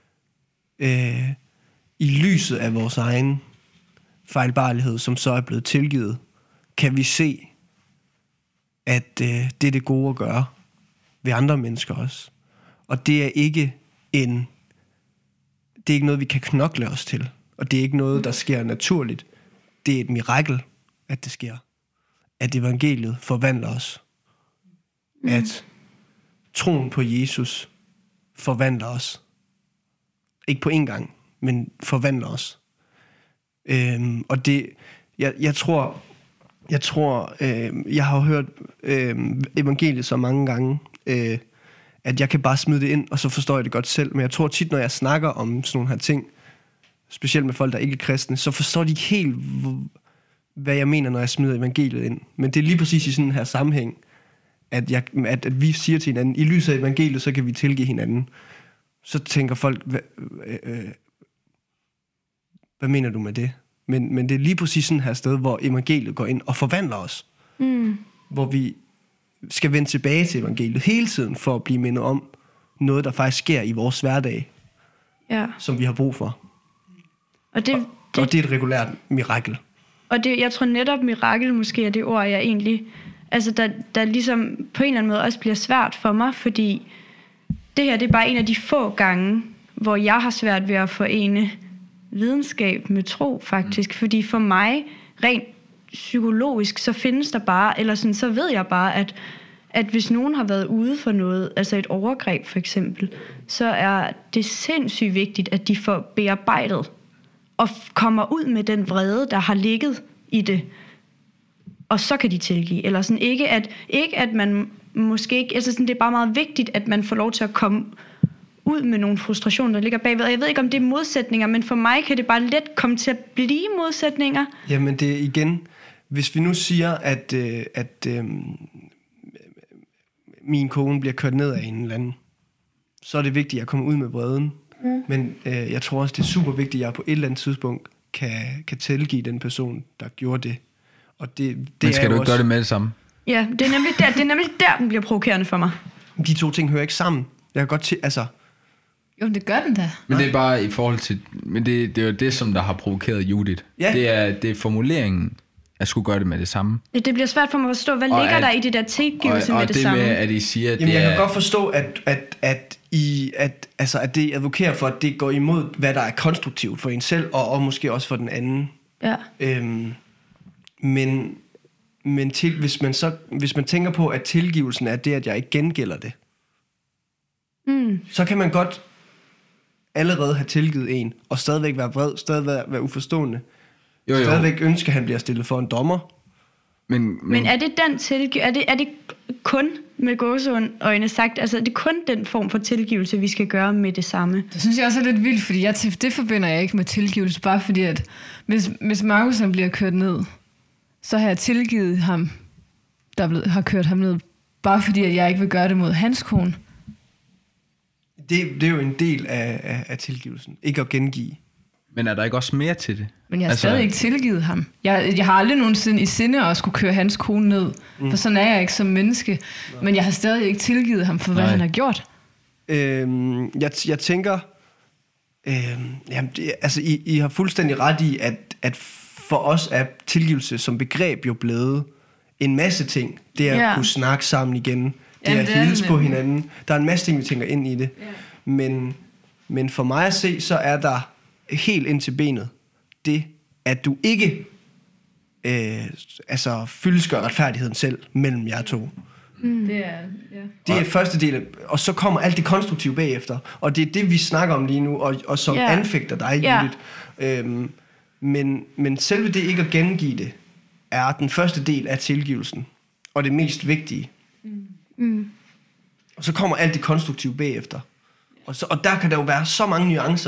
Øh, I lyset af vores egen fejlbarlighed, som så er blevet tilgivet, kan vi se, at øh, det er det gode at gøre ved andre mennesker også. Og det er ikke en, det er ikke noget, vi kan knokle os til. Og det er ikke noget, der sker naturligt. Det er et mirakel, at det sker. At evangeliet forvandler os. Mm. At troen på Jesus forvandler os. Ikke på én gang, men forvandler os. Øhm, og det, jeg, jeg tror, jeg tror, øh, jeg har hørt øh, evangeliet så mange gange, øh, at jeg kan bare smide det ind, og så forstår jeg det godt selv. Men jeg tror tit, når jeg snakker om sådan nogle her ting, specielt med folk, der ikke er kristne, så forstår de ikke helt, hvad jeg mener, når jeg smider evangeliet ind. Men det er lige præcis i sådan en her sammenhæng, at, jeg, at, at vi siger til hinanden, i lyset af evangeliet, så kan vi tilgive hinanden. Så tænker folk, hvad, øh, hvad mener du med det? Men, men det er lige præcis sådan her sted, hvor evangeliet går ind og forvandler os. Mm. Hvor vi skal vende tilbage til evangeliet hele tiden, for at blive mindet om noget, der faktisk sker i vores hverdag, Ja. som vi har brug for. Og det, Og, det, og det er et regulært mirakel. Og det, jeg tror netop, mirakel måske er det ord, jeg egentlig, altså der, der ligesom på en eller anden måde også bliver svært for mig, fordi det her, det er bare en af de få gange, hvor jeg har svært ved at forene videnskab med tro, faktisk. Mm. Fordi for mig, rent psykologisk, så findes der bare, eller sådan, så ved jeg bare, at, at hvis nogen har været ude for noget, altså et overgreb for eksempel, så er det sindssygt vigtigt, at de får bearbejdet og kommer ud med den vrede, der har ligget i det, og så kan de tilgive. Eller sådan ikke, at, ikke at man måske ikke, altså sådan, det er bare meget vigtigt, at man får lov til at komme ud med nogle frustrationer, der ligger bagved. Og jeg ved ikke, om det er modsætninger, men for mig kan det bare let komme til at blive modsætninger. Jamen det er igen, hvis vi nu siger, at, øh, at øh, min kone bliver kørt ned af en eller anden, så er det vigtigt, at jeg kommer ud med vreden. Mm. Men øh, jeg tror også, det er super vigtigt, at jeg på et eller andet tidspunkt kan, kan tilgive den person, der gjorde det. Og det, det Men skal er du ikke også... gøre det med det samme? Ja, det er nemlig der, det er nemlig der den bliver provokerende for mig. De to ting hører ikke sammen. Jeg kan godt til, altså... Jo, det gør den da. Men det er bare i forhold til... Men det, det er jo det, som der har provokeret Judith. Ja. Det er, det er formuleringen at skulle gøre det med det samme. Det bliver svært for mig at forstå, hvad Og ligger at- der i det der tilgivelse og, med og det, det samme? med, at I siger, at Jamen, det jeg er... kan godt forstå, at, at, at, I, at, altså, at det advokerer for, at det går imod, hvad der er konstruktivt for en selv, og, og måske også for den anden. Ja. Øhm, men men til, hvis, man så, hvis man tænker på, at tilgivelsen er det, at jeg ikke gengælder det, Mm. så kan man godt allerede have tilgivet en, og stadigvæk være vred, stadigvæk være, være uforstående, Jo, jo. stadigvæk ønske, at han bliver stillet for en dommer. Men, men, Men er det den tilgi- er det, er det kun med gåseøjne sagt, altså er det kun den form for tilgivelse, vi skal gøre med det samme? Det synes jeg også er lidt vildt, fordi jeg, til- det forbinder jeg ikke med tilgivelse, bare fordi at hvis, hvis Markus han bliver kørt ned, så har jeg tilgivet ham, der er blevet, har kørt ham ned, bare fordi at jeg ikke vil gøre det mod hans kone. Det, det er jo en del af, af, af tilgivelsen. Ikke at gengive. men er der ikke også mere til det? Men jeg har altså, stadig ikke tilgivet ham. Jeg, jeg har aldrig nogensinde i sinde at skulle køre hans kone ned, mm. for sådan er jeg ikke som menneske. Men jeg har stadig ikke tilgivet ham for, hvad Nej. han har gjort. Øhm, jeg, jeg tænker, øhm, jamen det, altså I, I har fuldstændig ret i, at, at for os er tilgivelse som begreb jo blevet en masse ting. Det er at Ja. kunne snakke sammen igen. Det Jamen, er at det er det hilse på nemlig. hinanden. Der er en masse ting, vi tænker ind i det. Ja. Men, men for mig at se, så er der helt ind til benet det, at du ikke øh, altså fyldestgør retfærdigheden selv mellem jer to. Mm. Det er, ja. Det er første del, af- og så kommer alt det konstruktive bagefter. Og det er det, vi snakker om lige nu, og, og som Ja. yeah. anfægter dig, Ja. Judith. Øhm, men, men selve det ikke at gengive det, er den første del af tilgivelsen, og det mest vigtige. Mm. Og så kommer alt det konstruktive bagefter. Og, så, og der kan der jo være så mange nuancer,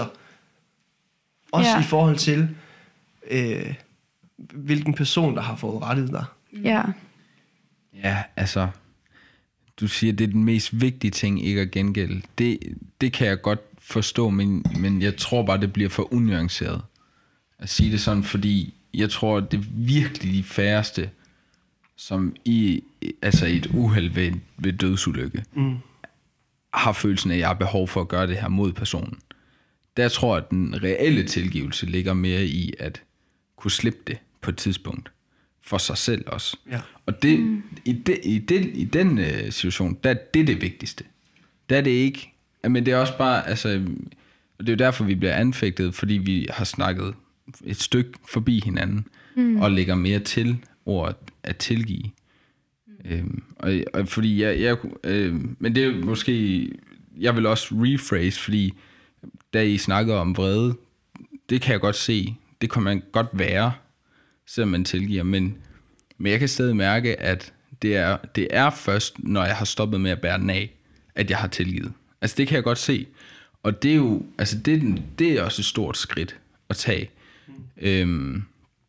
også Ja. i forhold til, øh, hvilken person, der har fået rettet dig. Ja. Ja, altså, du siger, det er den mest vigtige ting, ikke at gengælde. Det, det kan jeg godt forstå, men, men jeg tror bare, det bliver for unuanceret at sige det sådan, fordi jeg tror, det er virkelig de færreste, som i, altså i et uheld ved, ved dødsulykke, mm. har følelsen af, at jeg har behov for at gøre det her mod personen. Der tror jeg, at den reelle tilgivelse ligger mere i at kunne slippe det på et tidspunkt. For sig selv også. Ja. Og det, mm. i, det, i, det, i den øh, situation, der er det det vigtigste. Der er det ikke, men det er også bare, altså, og det er jo derfor, vi bliver anfægtet, fordi vi har snakket et stykke forbi hinanden, mm. og lægger mere til ordet at tilgive. Mm. Øhm, og, og fordi jeg, jeg øh, men det er måske, jeg vil også rephrase, fordi da I snakkede om vrede, det kan jeg godt se, det kan man godt være, selvom man tilgiver, men, men jeg kan stadig mærke, at det er, det er først, når jeg har stoppet med at bære den af, at jeg har tilgivet. Altså det kan jeg godt se. Og det er jo, altså det, er den- det er også et stort skridt at tage. Mm. Øhm,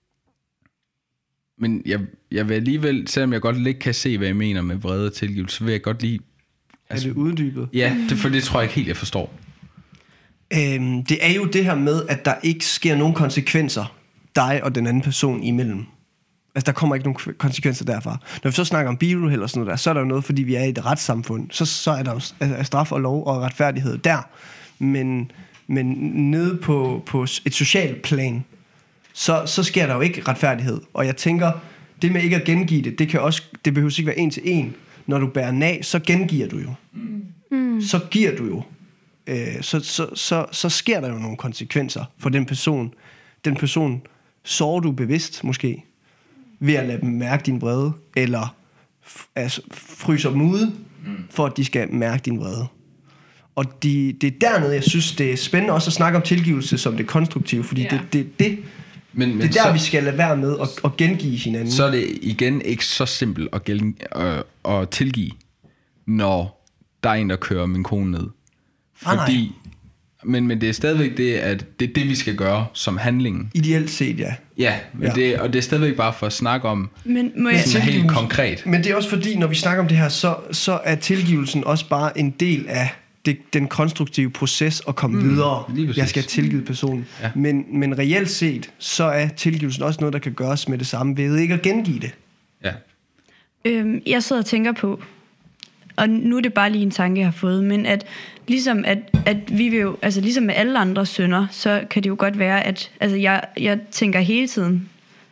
men jeg, jeg vil alligevel, selvom jeg godt lidt kan se, hvad jeg mener med vrede og tilgivelse, så vil jeg godt lige... Er det uddybet? Ja, det, for det tror jeg ikke helt, jeg forstår. Øhm, det er jo det her med, at der ikke sker nogen konsekvenser dig og den anden person imellem. Altså, der kommer ikke nogen k- konsekvenser derfra. Når vi så snakker om biluheld og sådan noget der, så er der jo noget, fordi vi er i et retssamfund. Så, så er der jo s- altså, straf og lov og retfærdighed der. Men, men nede på, på s- et socialt plan, så, så sker der jo ikke retfærdighed. Og jeg tænker, det med ikke at gengive det, det, kan også, det behøver ikke være en til en. Når du bærer nag, så gengiver du jo. Mm. Så giver du jo. Øh, så, så, så, så sker der jo nogle konsekvenser for den person. Den person sårer du bevidst måske, ved at lade dem mærke din vrede, eller f- altså, fryser dem ude, for at de skal mærke din vrede. Og de, det er dernede, jeg synes, det er spændende også at snakke om tilgivelse som det konstruktive, fordi Ja. det, det, det, Men, men det er der, så, vi skal lade være med at, at gengive hinanden. så er det igen ikke så simpelt at, gælde, øh, at tilgive, når der er en, der kører min kone ned. Ah, nej. Fordi, men, men det er stadigvæk det, at det er det, vi skal gøre som handlingen. Ideelt set, ja. Ja, men Ja. Det, og det er stadigvæk bare for at snakke om Men må jeg... sådan helt tilgivelse- konkret. Men det er også fordi, når vi snakker om det her, så, så er tilgivelsen også bare en del af det, den konstruktive proces at komme mm, videre. lige præcis. Jeg skal tilgive personen. Ja. Men, men reelt set, så er tilgivelsen også noget, der kan gøres med det samme ved ikke at gengive det. Ja. Øhm, jeg sidder og tænker på, og nu er det bare lige en tanke, jeg har fået, men at ligesom at, at vi vil jo, altså ligesom med alle andre synder, så kan det jo godt være, at altså jeg, jeg tænker hele tiden,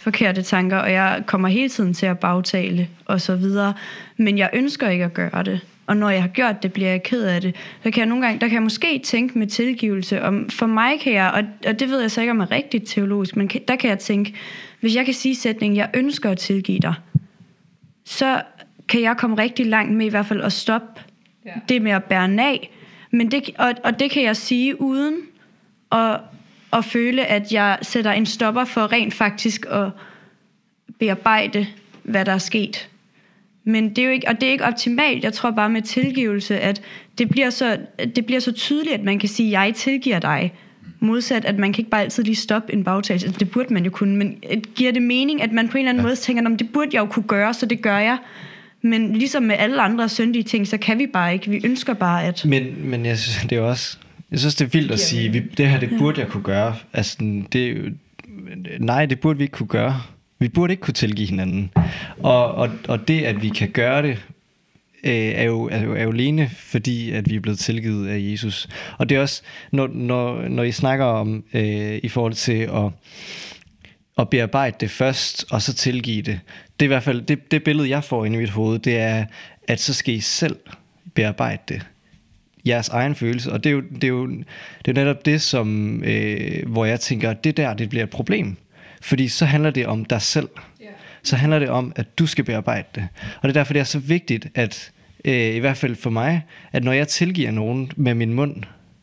forkerte tanker, og jeg kommer hele tiden til at bagtale og så videre. Men jeg ønsker ikke at gøre det. Og når jeg har gjort det, bliver jeg ked af det. Der kan jeg nogle gange, der kan jeg måske tænke med tilgivelse. Om, for mig kan jeg, og, og det ved jeg så ikke om er rigtigt teologisk, men der kan jeg tænke, hvis jeg kan sige sætningen, jeg ønsker at tilgive dig, så kan jeg komme rigtig langt med i hvert fald at stoppe ja. det med at bære af. Men det, og, og det kan jeg sige uden at, at føle, at jeg sætter en stopper for rent faktisk at bearbejde, hvad der er sket. Men det er jo ikke, og det er ikke optimalt. Jeg tror bare med tilgivelse, at det bliver så, det bliver så tydeligt, at man kan sige, jeg tilgiver dig. Modsat, at man kan ikke bare altid lige stoppe en bagtagelse. Det burde man jo kunne, men giver det mening, at man på en eller anden ja. måde tænker, det burde jeg jo kunne gøre, så det gør jeg. Men ligesom med alle andre syndige ting, så kan vi bare ikke. Vi ønsker bare at... Men, men jeg synes, det er også... Jeg synes, det er vildt at sige, vi, det her, det burde jeg kunne gøre. Altså, det, nej, det burde vi ikke kunne gøre. Vi burde ikke kunne tilgive hinanden. Og, og, og det, at vi kan gøre det, øh, er, jo, er, jo, er jo alene, fordi at vi er blevet tilgivet af Jesus. Og det er også, når, når, når I snakker om, øh, i forhold til at, at bearbejde det først, og så tilgive det. Det er i hvert fald, det, det billede, jeg får inde i mit hoved, det er, at så skal I selv bearbejde det. Jeres egen følelse. Og det er jo, det er jo, det er netop det, som, øh, hvor jeg tænker, at det der, det bliver et problem. Fordi så handler det om dig selv. Så handler det om, at du skal bearbejde det. Og det er derfor, det er så vigtigt, at øh, i hvert fald for mig, at når jeg tilgiver nogen med min mund,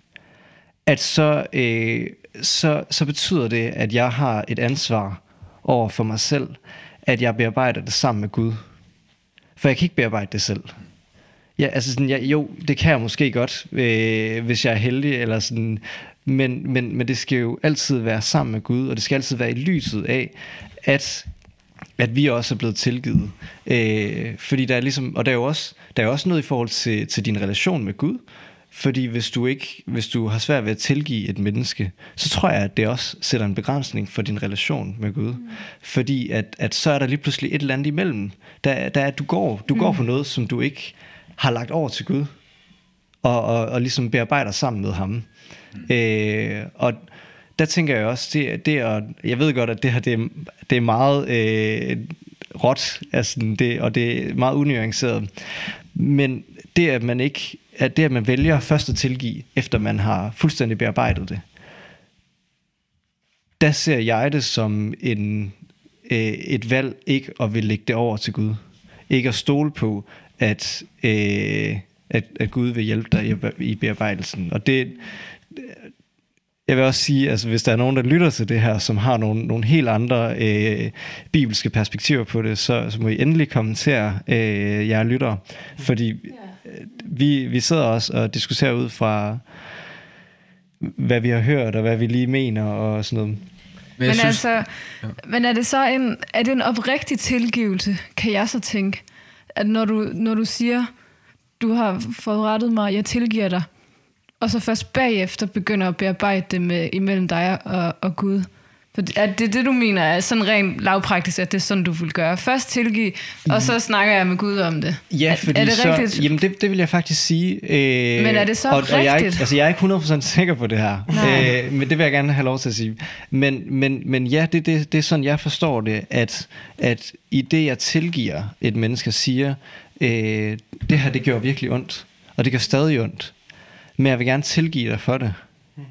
at så, øh, så, så betyder det, at jeg har et ansvar over for mig selv, at jeg bearbejder det sammen med Gud. For jeg kan ikke bearbejde det selv. Ja, altså sådan, jeg, jo, det kan jeg måske godt, øh, hvis jeg er heldig, eller sådan, men, men, men det skal jo altid være sammen med Gud, og det skal altid være i lyset af, at, at vi også er blevet tilgivet. Øh, fordi der er ligesom, og der er jo også, der er også noget i forhold til, til din relation med Gud, fordi hvis du ikke, hvis du har svært ved at tilgive et menneske, så tror jeg, at det også sætter en begrænsning for din relation med Gud. Mm. Fordi at, at så er der lige pludselig et eller andet imellem. Der, der er, du går, du mm. går på noget, som du ikke har lagt over til Gud, og, og, og ligesom bearbejder sammen med ham. Mm. Øh, og der tænker jeg også, det, det er, jeg ved godt, at det her, det er, det er meget øh, råt, altså det, og det er meget unuanceret. Men det, at man ikke, at det, at man vælger først at tilgive, efter man har fuldstændig bearbejdet det, der ser jeg det som en, øh, et valg ikke at vil lægge det over til Gud. Ikke at stole på, at, øh, at, at Gud vil hjælpe dig i, i bearbejdelsen. Og det, jeg vil også sige, altså hvis der er nogen, der lytter til det her, som har nogle, nogle helt andre øh, bibelske perspektiver på det, så, så må I endelig kommentere øh, jer lyttere. Fordi øh, vi, vi sidder også og diskuterer ud fra, hvad vi har hørt, og hvad vi lige mener, og sådan noget. Men, men, synes, altså, ja. men er det så en, er det en oprigtig tilgivelse, kan jeg så tænke? At når du, når du siger, du har forrettet mig, jeg tilgiver dig, og så først bagefter begynder at bearbejde det med, imellem dig og, og Gud. For er det det, du mener, er sådan rent lavpraktisk, at det er sådan, du vil gøre? Først tilgive, og så snakker jeg med Gud om det. Ja, fordi er det så, rigtigt? Jamen det, det vil jeg faktisk sige. Øh, men er det så og, rigtigt? Og jeg, er ikke, altså jeg er ikke hundrede procent sikker på det her, øh, men det vil jeg gerne have lov til at sige. Men, men, men ja, det, det, det er sådan, jeg forstår det, at, at i det, jeg tilgiver et menneske, siger, øh, det her, det gør virkelig ondt, og det gør stadig ondt, men jeg vil gerne tilgive dig for det.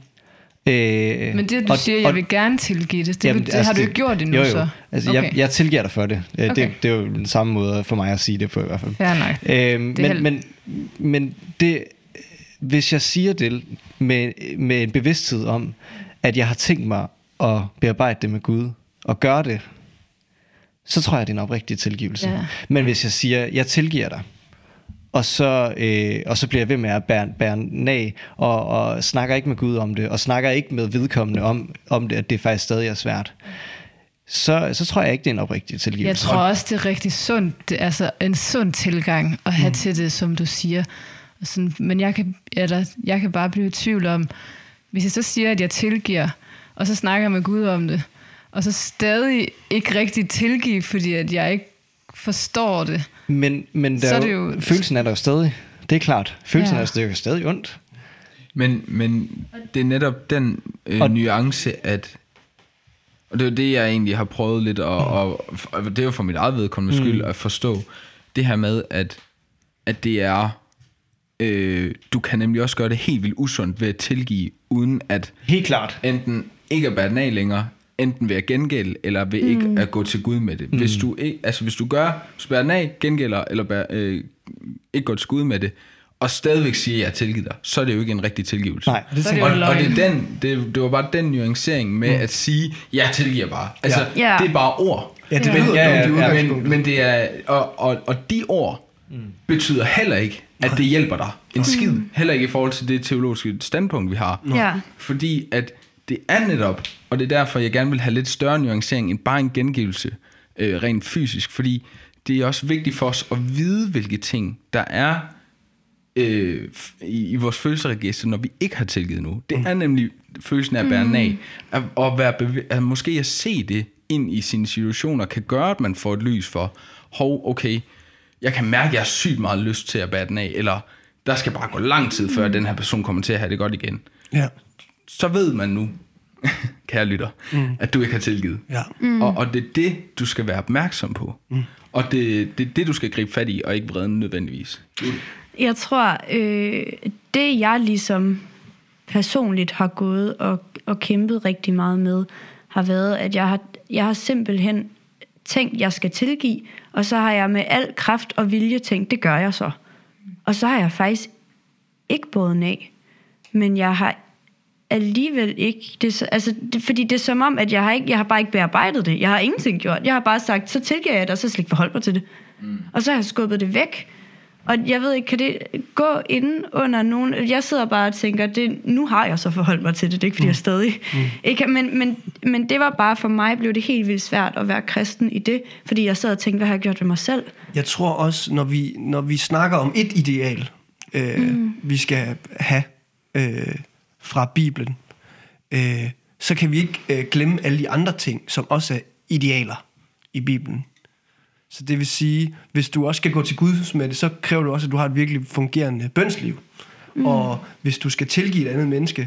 Øh, men det du og, siger, jeg vil gerne tilgive det, det, jamen, det altså, har du ikke gjort endnu. Jo, jo. Så altså, okay. jeg, jeg tilgiver dig for det. Okay. det Det er jo den samme måde for mig at sige det på i hvert fald. Fair nok. øh, men, men, men det, hvis jeg siger det med, med en bevidsthed om, at jeg har tænkt mig at bearbejde det med Gud og gøre det, så tror jeg, det er en oprigtig tilgivelse. Ja. Men hvis jeg siger, jeg tilgiver dig, og så, øh, og så bliver jeg ved med at bære, bære nag, og, og snakker ikke med Gud om det, og snakker ikke med vedkommende om, om det, at det faktisk stadig er svært, så, så tror jeg ikke, det er en oprigtig tilgivelse. Jeg tror også, det er rigtig sundt, det er altså en sund tilgang at have mm. til det, som du siger. Og sådan, men jeg kan, eller, jeg kan bare blive i tvivl om, hvis jeg så siger, at jeg tilgiver, og så snakker jeg med Gud om det, og så stadig ikke rigtig tilgive, fordi at jeg ikke forstår det. Men, men der er jo, jo, følelsen er der jo stadig. Det er klart. Følelsen ja. er jo stadig ondt. Men, men det er netop den øh, og, nuance, at Og det er jo det, jeg egentlig har prøvet lidt, og, og, og det er jo for mit eget vedkommende skyld, mm. at forstå det her med, at, at det er, øh, du kan nemlig også gøre det helt vildt usundt ved at tilgive, uden at Helt klart. enten ikke at bære den af længere, enten ved at gengælde, eller ved mm. ikke at gå til Gud med det. Hvis du ikke, altså hvis du gør, hvis du bærer den af, gengælder, eller bærer, øh, ikke går til Gud med det, og stadigvæk siger, at jeg har tilgivet dig, så er det jo ikke en rigtig tilgivelse. Nej, det Så er det tænker jo jeg. Og, og løgn. det, er den, det, det var bare den nuancering med mm. at sige, jeg tilgiver bare. Altså, Ja. det er bare ord. Ja, det Ja. lyder Ja, ja, dumt i ja, udgangspunktet. Men, men det er, og, og, og de ord mm. betyder heller ikke, at det hjælper dig en skid. Mm. Heller ikke i forhold til det teologiske standpunkt, vi har. Ja. Fordi at det er netop, og det er derfor, jeg gerne vil have lidt større nuancering end bare en gengivelse øh, rent fysisk. Fordi det er også vigtigt for os at vide, hvilke ting der er øh, i, i vores følelseregister, når vi ikke har tilgivet nu. Det er nemlig følelsen af at bære af. At, at, være bev- at måske at se det ind i sine situationer, kan gøre, at man får et lys for, hov, okay, jeg kan mærke, at jeg har sygt meget lyst til at bære den af, eller der skal bare gå lang tid, før den her person kommer til at have det godt igen. Ja. Så ved man nu, kære lytter, mm. at du ikke har tilgivet. Ja. Mm. Og, og det er det, du skal være opmærksom på. Mm. Og det, det er det, du skal gribe fat i, og ikke vreden nødvendigvis. Jeg tror, øh, det jeg ligesom personligt har gået og, og kæmpet rigtig meget med, har været, at jeg har, jeg har simpelthen tænkt, jeg skal tilgive, og så har jeg med al kraft og vilje tænkt, det gør jeg så. Og så har jeg faktisk ikke båret den af, men jeg har alligevel ikke, det, altså, det, fordi det er som om, at jeg har, ikke, jeg har bare ikke bearbejdet det. Jeg har ingenting gjort. Jeg har bare sagt, så tilgiver jeg det, og så slet ikke forholdt mig til det. Mm. Og så har jeg skubbet det væk. Og jeg ved ikke, kan det gå inden under nogen... Jeg sidder bare og tænker, det, nu har jeg så forholdt mig til det. Det er ikke, fordi mm. jeg stadig... Mm. Ikke, men, men, men det var bare for mig, blev det helt vildt svært at være kristen i det. Fordi jeg sad og tænkte, hvad har jeg gjort ved mig selv? Jeg tror også, når vi, når vi snakker om et ideal, øh, mm. vi skal have øh, fra Bibelen, øh, så kan vi ikke øh, glemme alle de andre ting, som også er idealer i Bibelen. Så det vil sige, hvis du også skal gå til Gud med det, så kræver det også, at du har et virkelig fungerende bønsliv. Mm. Og hvis du skal tilgive et andet menneske,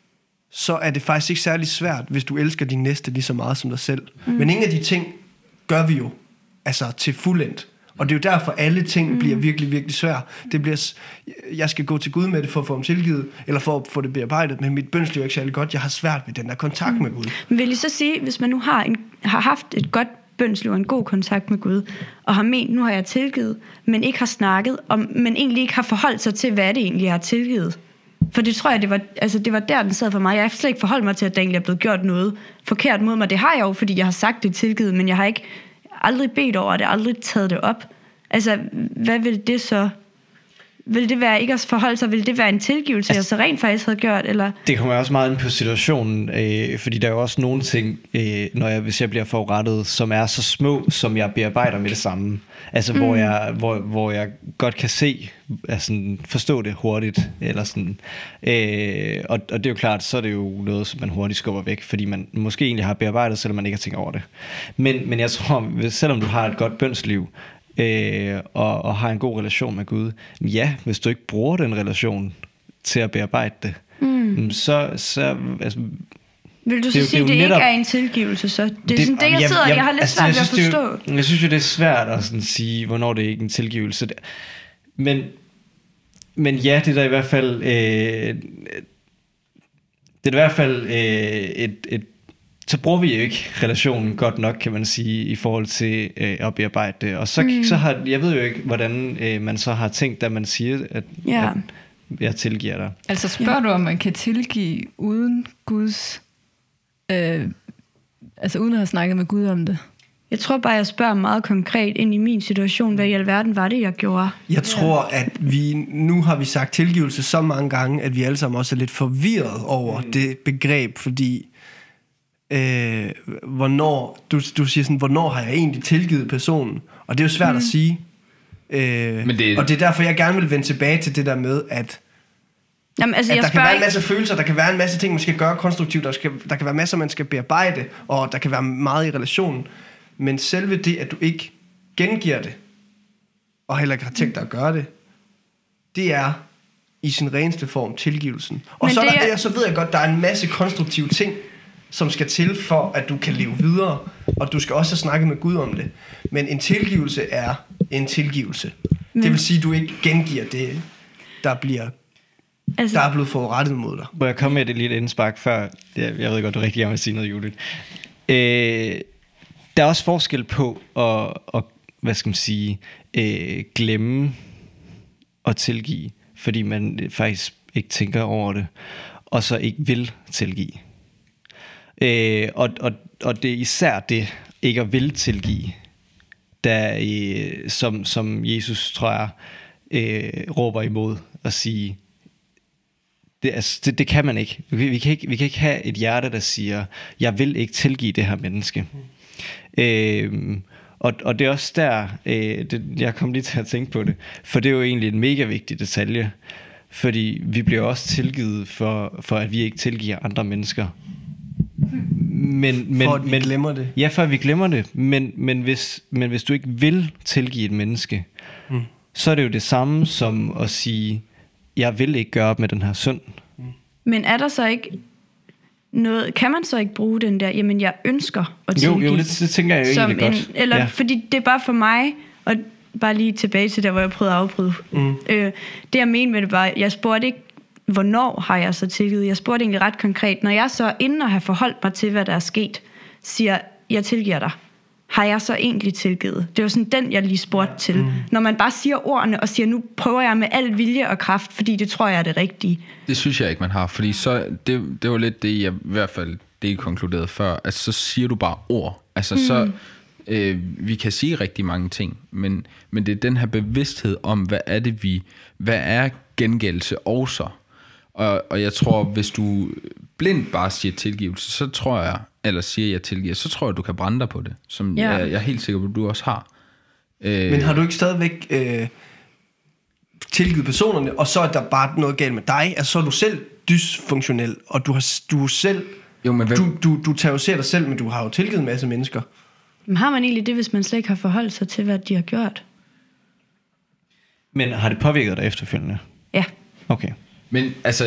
så er det faktisk ikke særlig svært, hvis du elsker din næste lige så meget som dig selv. Mm. Men ingen af de ting gør vi jo altså til fuldendt. Og det er jo derfor, alle ting mm. bliver virkelig, virkelig svære. Det bliver, jeg skal gå til Gud med det for at få dem tilgivet, eller for at få det bearbejdet, men mit bønsliv er ikke særlig godt. Jeg har svært ved den der kontakt mm. med Gud. Men vil I så sige, hvis man nu har, en, har haft et godt bønsliv og en god kontakt med Gud, og har ment, nu har jeg tilgivet, men ikke har snakket, om, men egentlig ikke har forholdt sig til, hvad det egentlig jeg har tilgivet. For det tror jeg, det var, altså det var der, den sad for mig. Jeg har slet ikke forholdt mig til, at der egentlig er blevet gjort noget forkert mod mig. Det har jeg jo, fordi jeg har sagt det tilgivet, men jeg har ikke aldrig bedt over det, aldrig taget det op. Altså, hvad vil det så... Vil det være ikke at forholde sig? Vil det være en tilgivelse, altså, jeg så rent faktisk havde gjort? Eller? Det kommer også meget ind på situationen, øh, fordi der er jo også nogle ting, øh, når jeg, hvis jeg bliver forurettet, som er så små, som jeg bearbejder med det samme. Altså, mm. hvor, jeg, hvor, hvor jeg godt kan se, altså, forstå det hurtigt. Eller sådan. Øh, og, og det er jo klart, så er det jo noget, som man hurtigt skubber væk, fordi man måske egentlig har bearbejdet, selvom man ikke har tænkt over det. Men, men jeg tror, selvom du har et godt bønsliv, Øh, og, og har en god relation med Gud, ja, hvis du ikke bruger den relation til at bearbejde det, mm. så, så altså, vil du så det, sige, at det, det netop, ikke er en tilgivelse, så? Det er det, sådan det, jeg sidder, jeg, jeg har lidt altså, svært ved at forstå. Det jo, jeg synes jo, det er svært at sådan sige, hvornår det er ikke en tilgivelse. Men, men ja, det er der i hvert fald øh, det er i hvert fald øh, et, et så bruger vi jo ikke relationen godt nok, kan man sige, i forhold til øh, at bearbejde det. Og så, mm. så har, jeg ved jo ikke, hvordan øh, man så har tænkt, da man siger, at, ja. at jeg tilgiver dig. Altså spørger ja. du, om man kan tilgive uden Guds, øh, altså uden at have snakket med Gud om det? Jeg tror bare, jeg spørger meget konkret ind i min situation, hvad i alverden var det, jeg gjorde? Jeg tror, at vi nu har vi sagt tilgivelse så mange gange, at vi alle sammen også er lidt forvirret over mm. det begreb, fordi Øh, hvornår du, du siger sådan, hvornår har jeg egentlig tilgivet personen, og det er jo svært mm. at sige, øh, Men det... og det er derfor jeg gerne vil vende tilbage til det der med at, Jamen, altså, at jeg der kan være en ikke... masse følelser, der kan være en masse ting man skal gøre konstruktivt, der, skal, der kan være masser man skal bearbejde, og der kan være meget i relationen, men selve det at du ikke gengiver det og heller ikke har tænkt dig at gøre det, det er i sin reneste form tilgivelsen. Og men så, det der, er... der, så ved jeg godt, der er en masse konstruktive ting som skal til for, at du kan leve videre, og du skal også snakke med Gud om det. Men en tilgivelse er en tilgivelse. Men det vil sige, at du ikke gengiver det, der bliver altså, der er blevet forurettet mod dig. Må jeg komme med et lille indspark før? Jeg, jeg ved godt, du rigtig gerne vil sige noget, Judith. Øh, der er også forskel på at, at hvad skal man sige, øh, glemme at tilgive, fordi man faktisk ikke tænker over det, og så ikke vil tilgive. Øh, og, og, og det er især det, ikke at vil tilgive, der, øh, som, som Jesus, tror jeg, øh, råber imod og sige, det, altså, det, det kan man ikke. Vi, vi, kan ikke. vi kan ikke have et hjerte, der siger, jeg vil ikke tilgive det her menneske. Mm. Øh, og, og det er også der, øh, det, jeg kom lige til at tænke på det, for det er jo egentlig en mega vigtig detalje, fordi vi bliver også tilgivet for, for at vi ikke tilgiver andre mennesker. Men, men, for at vi men, glemmer det. Ja, for at vi glemmer det. Men, men, hvis, men hvis du ikke vil tilgive et menneske, mm. så er det jo det samme som at sige, jeg vil ikke gøre op med den her synd. Mm. Men er der så ikke noget, kan man så ikke bruge den der, jamen jeg ønsker at tilgive? Jo, jo det, det tænker jeg jo som egentlig en, godt. Eller ja. fordi det er bare for mig, og bare lige tilbage til der, hvor jeg prøvede at afbryde. Mm. Øh, det jeg mener med det var, jeg spurgte ikke, hvornår har jeg så tilgivet? Jeg spurgte egentlig ret konkret, når jeg så inden at have forholdt mig til, hvad der er sket, siger, jeg tilgiver dig. Har jeg så egentlig tilgivet? Det var sådan den, jeg lige spurgte til. Mm. Når man bare siger ordene og siger, nu prøver jeg med al vilje og kraft, fordi det tror jeg er det rigtige. Det synes jeg ikke, man har, fordi så, det, det var lidt det, jeg i hvert fald det konkluderede før. Altså, så siger du bare ord. Altså, mm. så øh, vi kan sige rigtig mange ting, men, men det er den her bevidsthed om, hvad er det vi, hvad er gengældelse også? Og, og jeg tror, hvis du blindt bare siger tilgivelse, så tror jeg, eller siger jeg tilgiver, så tror jeg, du kan brænde dig på det, som ja. jeg, jeg er helt sikker på, at du også har. Øh, Men har du ikke stadigvæk øh, tilgivet personerne, og så er der bare noget galt med dig? Altså så er du selv dysfunktionel, og du har du selv jo, men hvem? du, du, du terroriserer dig selv, men du har jo tilgivet en masse mennesker. Men har man egentlig det, hvis man slet ikke har forholdt sig til, hvad de har gjort? Men har det påvirket dig efterfølgende? Ja. Okay. Men altså,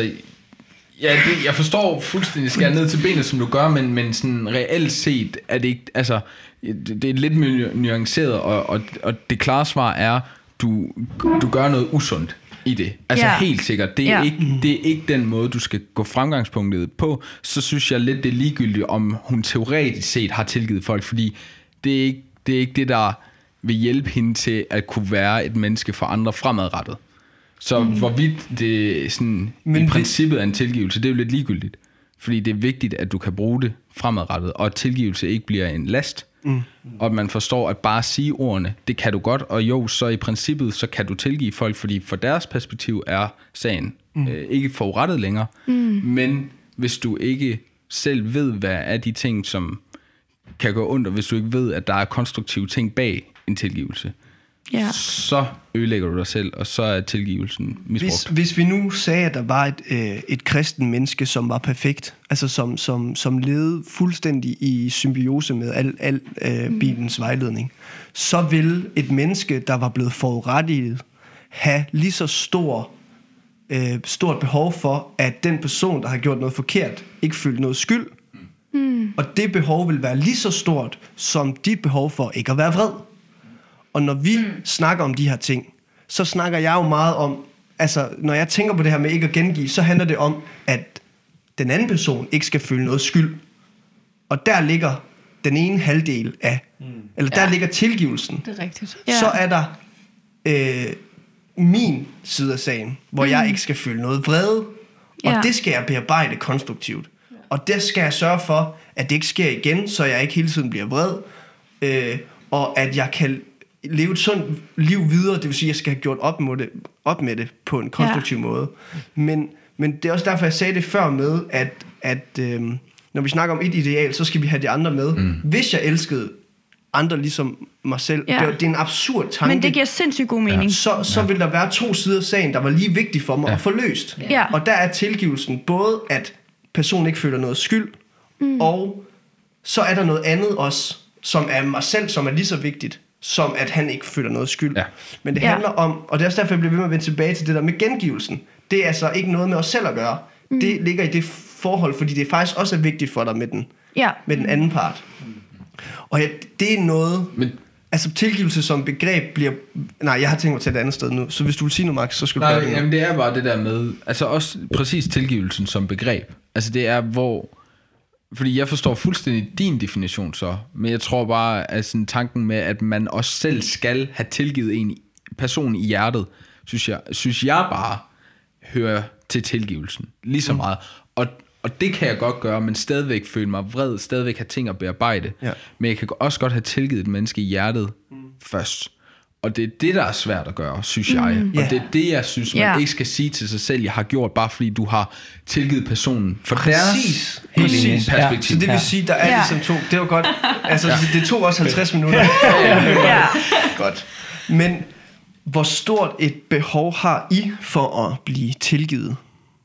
ja, det, jeg forstår fuldstændig skær ned til benet, som du gør, men, men sådan reelt set er det ikke, altså, det, det er lidt mere nuanceret, og, og, og det klare svar er, du, du gør noget usundt i det. Altså ja. helt sikkert, det er, ja. ikke, det er ikke den måde, du skal gå fremgangspunktet på. Så synes jeg lidt, det er ligegyldigt, om hun teoretisk set har tilgivet folk, fordi det er ikke det, er ikke det der vil hjælpe hende til at kunne være et menneske for andre fremadrettet. Så mm. hvorvidt det sådan, i det... princippet er en tilgivelse, det er jo lidt ligegyldigt. Fordi det er vigtigt, at du kan bruge det fremadrettet, og at tilgivelse ikke bliver en last. Mm. Og at man forstår, at bare sige ordene, det kan du godt, og jo, så i princippet, så kan du tilgive folk, fordi for deres perspektiv er sagen mm. øh, ikke forurettet længere. Mm. Men hvis du ikke selv ved, hvad er de ting, som kan gå ondt, og hvis du ikke ved, at der er konstruktive ting bag en tilgivelse, ja. så ødelægger du dig selv, og så er tilgivelsen misbrugt. Hvis, hvis vi nu sagde, at der var et, øh, et kristen menneske, som var perfekt, altså som, som, som levede fuldstændig i symbiose med al, al øh, mm. Bibelens vejledning, så ville et menneske, der var blevet forurettet, have lige så stor, øh, stort behov for, at den person, der har gjort noget forkert, ikke følte noget skyld. Mm. Og det behov vil være lige så stort, som dit behov for ikke at være vred. Og når vi mm. snakker om de her ting, så snakker jeg jo meget om, altså når jeg tænker på det her med ikke at gengive, så handler det om, at den anden person ikke skal føle noget skyld. Og der ligger den ene halvdel af, mm. eller der ja. ligger tilgivelsen. Det er rigtigt. Så er der øh, min side af sagen, hvor mm. jeg ikke skal føle noget vrede, og ja. det skal jeg bearbejde konstruktivt. Og der skal jeg sørge for, at det ikke sker igen, så jeg ikke hele tiden bliver vred, øh, og at jeg kan leve et sundt liv videre, det vil sige, at jeg skal have gjort op med det, op med det på en konstruktiv ja. måde. Men, men det er også derfor, jeg sagde det før med, at, at øh, når vi snakker om et ideal, så skal vi have de andre med. Mm. Hvis jeg elskede andre ligesom mig selv, ja. det, det er en absurd tanke. Men det giver sindssygt god mening. Ja. Så, så ja. vil der være to sider af sagen, der var lige vigtige for mig ja. at få løst. Ja. Og der er tilgivelsen både, at personen ikke føler noget skyld, mm. og så er der noget andet også, som er mig selv, som er lige så vigtigt, som at han ikke føler noget skyld. Ja. Men det ja. handler om, og det er også derfor, jeg bliver ved med at vende tilbage til det der med gengivelsen. Det er altså ikke noget med os selv at gøre. Mm. Det ligger i det forhold, fordi det faktisk også er vigtigt for dig med den, Ja. med den anden part. Og ja, det er noget... Men, Altså tilgivelse som begreb bliver... Nej, jeg har tænkt mig til et andet sted nu. Så hvis du vil sige noget, Max, så skal du nej, gøre det nu. jamen det er bare det der med, altså også præcis tilgivelsen som begreb. Altså det er hvor, fordi jeg forstår fuldstændig din definition så, men jeg tror bare, at sådan tanken med, at man også selv skal have tilgivet en person i hjertet, synes jeg, synes jeg bare hører til tilgivelsen lige så meget. Og Og det kan jeg godt gøre, men stadigvæk føle mig vred, stadigvæk have ting at bearbejde. Ja. Men jeg kan også godt have tilgivet et menneske i hjertet mm. først. Og det er det, der er svært at gøre, synes jeg. Mm. Og Yeah. det er det, jeg synes, man Yeah. ikke skal sige til sig selv, jeg har gjort, bare fordi du har tilgivet personen for Præcis. deres Helt enig. perspektiv. Så det vil sige, der er Ja. ligesom to. Det var godt. Altså, det tog også halvtreds minutter. Ja. Godt. Men hvor stort et behov har I for at blive tilgivet?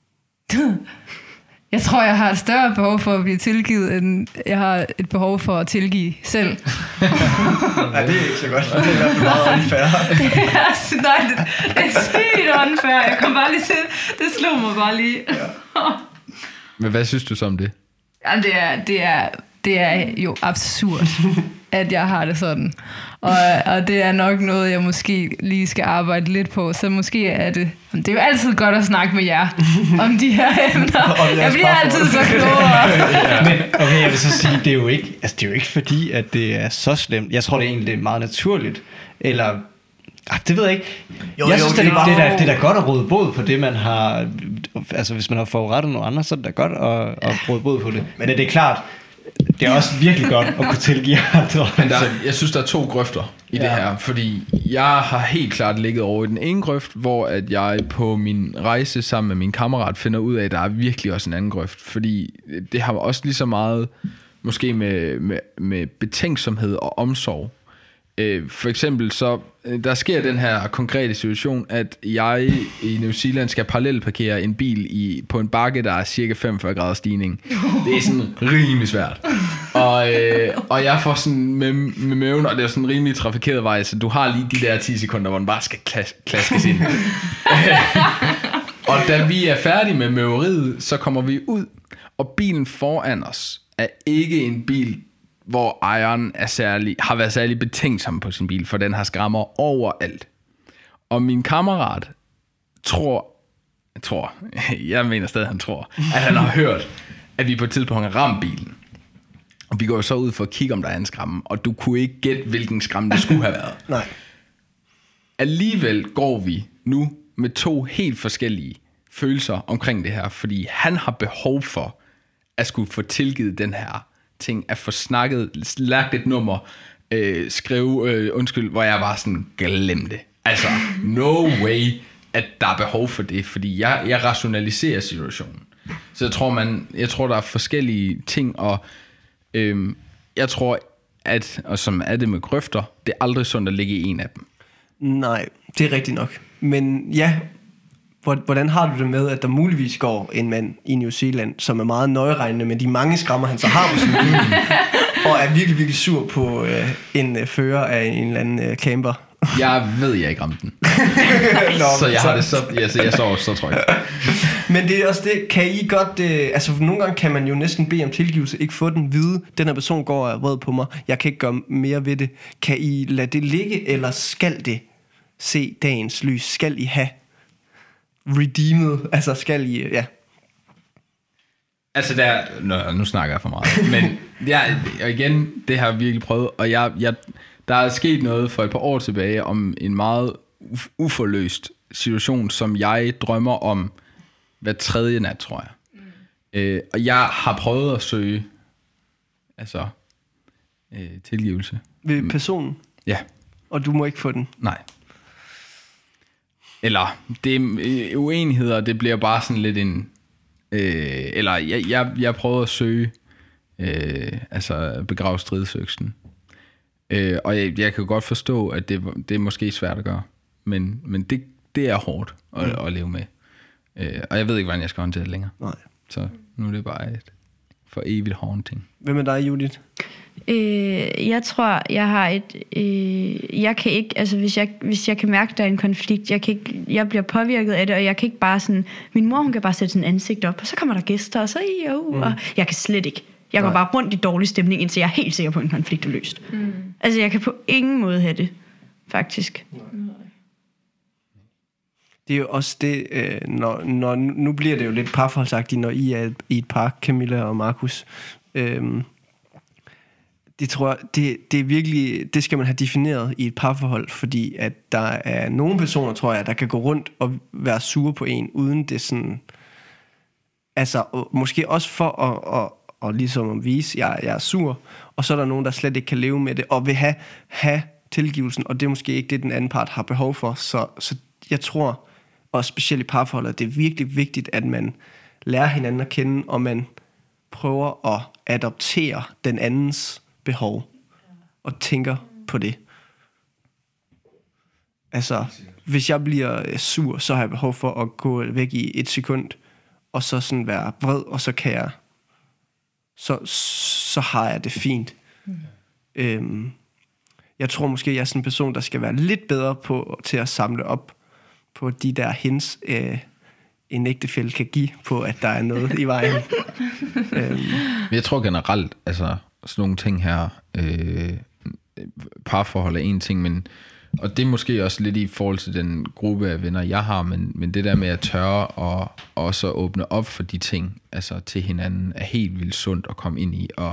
Jeg tror, jeg har et større behov for at blive tilgivet, end jeg har et behov for at tilgive selv. Ja, det er ikke så godt, for det er i hvert fald meget unfair. Altså, nej, det, det er sygt unfair. Jeg kom bare lige til, det slog mig bare lige. Men hvad synes du så om det? Jamen, det er, det er, det er jo absurd, at jeg har det sådan. Og, og det er nok noget, jeg måske lige skal arbejde lidt på. Så måske er det... Det er jo altid godt at snakke med jer om de her emner. Jeg bliver altid så klogere. Men okay, jeg vil så sige, det er jo ikke, altså, det er jo ikke fordi, at det er så slemt. Jeg tror, det er egentlig det er meget naturligt. Eller... Ah, det ved jeg ikke. Jo, jeg jo, synes, det det, er det, det, bare- er da, det er da godt at råde bod på det, man har... Altså, hvis man har forurettet nogle andre, så er det da godt at, at råde bod på det. Men det er klart, det er også virkelig godt at kunne tilgive andre. Men der, jeg synes, der er to grøfter i ja. det her, fordi jeg har helt klart ligget over i den ene grøft, hvor at jeg på min rejse sammen med min kammerat finder ud af, at der er virkelig også en anden grøft, fordi det har også lige så meget måske med, med, med betænksomhed og omsorg. For eksempel så, der sker den her konkrete situation, at jeg i New Zealand skal parallelparkere en bil i, på en bakke, der er cirka femogfyrre grader stigning. Det er sådan rimelig svært. Og, øh, og jeg får sådan med, med møven, og det er sådan en rimelig trafikeret vej, så du har lige de der ti sekunder, hvor den bare skal klas, klaskes ind. Og da vi er færdige med møveriet, så kommer vi ud, og bilen foran os er ikke en bil, hvor ejeren er særlig, har været særlig betænksom på sin bil, for den har skrammer overalt. Og min kammerat tror, jeg tror, jeg mener stadig, han tror, at han har hørt, at vi på et tidspunkt har ramt bilen. Og vi går så ud for at kigge, om der er en skræmme, og du kunne ikke gætte, hvilken skræmme det skulle have været. Nej. Alligevel går vi nu med to helt forskellige følelser omkring det her, fordi han har behov for at skulle få tilgivet den her ting, at få snakket, lagt et nummer, øh, skrive, øh, undskyld, hvor jeg bare sådan, glem det. Altså, no way, at der er behov for det, fordi jeg, jeg rationaliserer situationen. Så jeg tror, man, jeg tror, der er forskellige ting, og øh, jeg tror, at, og som er det med grøfter, det er aldrig sundt at ligge i en af dem. Nej, det er rigtigt nok. Men ja, hvordan har du det med, at der muligvis går en mand i New Zealand, som er meget nøjeregnende med de mange skrammer, han så har på sin bil, og er virkelig, virkelig sur på øh, en øh, fører af en eller anden øh, camper? Jeg ved, jeg ikke ramte den. Nå, Så jeg har det så, jeg, jeg så også så trygt. Men det er også det, kan I godt, øh, altså nogle gange kan man jo næsten bede om tilgivelse, ikke få den vide, den her person går og er vred på mig, jeg kan ikke gøre mere ved det. Kan I lade det ligge, eller skal det se dagens lys? Skal I have redeemed, altså skal I, ja. Altså der, nå, nu snakker jeg for meget, men ja, og igen, det har jeg virkelig prøvet, og jeg, jeg, der er sket noget for et par år tilbage om en meget uf- uforløst situation, som jeg drømmer om hver tredje nat, tror jeg. Mm. Øh, og jeg har prøvet at søge altså øh, tilgivelse. Ved personen, Ja, og du må ikke få den. nej. Eller det er uenigheder, det bliver bare sådan lidt en øh, eller jeg, jeg, jeg prøver at søge øh, altså begrave stridsøksen, øh, og jeg, jeg kan godt forstå, at det, det er måske svært at gøre, men, men det, det er hårdt at, mm. at leve med, øh, og jeg ved ikke, hvordan jeg skal håndtere det længere. Nej. Så nu er det bare et for evigt haunting. Hvem er dig, Judith? Øh, jeg tror, jeg har et... Øh, jeg kan ikke... Altså, hvis jeg, hvis jeg kan mærke, der er en konflikt, jeg, kan ikke, jeg bliver påvirket af det, og jeg kan ikke bare sådan... Min mor, hun kan bare sætte sin ansigt op, og så kommer der gæster, og så... Jo, mm. og jeg kan slet ikke. Jeg går Nej. bare rundt i dårlig stemning, indtil jeg er helt sikker på, at en konflikt er løst. Mm. Altså, jeg kan på ingen måde have det, faktisk. Nej. Det er jo også det, øh, når, når, nu bliver det jo lidt parforholdsagtigt, når I er i et par, Camilla og Markus. Øhm, det tror jeg, det, det er virkelig, det skal man have defineret i et parforhold, fordi at der er nogle personer, tror jeg, der kan gå rundt og være sure på en, uden det sådan, altså måske også for at, at, at ligesom at vise, at jeg, jeg er sur, og så er der nogen, der slet ikke kan leve med det, og vil have, have tilgivelsen, og det er måske ikke det, den anden part har behov for, så, så jeg tror, og specielt i parforholdet, det er virkelig vigtigt, at man lærer hinanden at kende, og man prøver at adoptere den andens behov, og tænker på det. Altså, hvis jeg bliver sur, så har jeg behov for at gå væk i et sekund, og så sådan være vred, og så kan jeg, så, så har jeg det fint. Mm. Øhm, jeg tror måske, jeg er sådan en person, der skal være lidt bedre på til at samle op på de der hints, øh, en ægtefælle kan give på, at der er noget i vejen. øhm. Jeg tror generelt, altså sådan nogle ting her, øh, parforhold er en ting, men, og det er måske også lidt i forhold til den gruppe af venner, jeg har, men, men det der med at tørre og også at åbne op for de ting, altså til hinanden, er helt vildt sundt at komme ind i, og,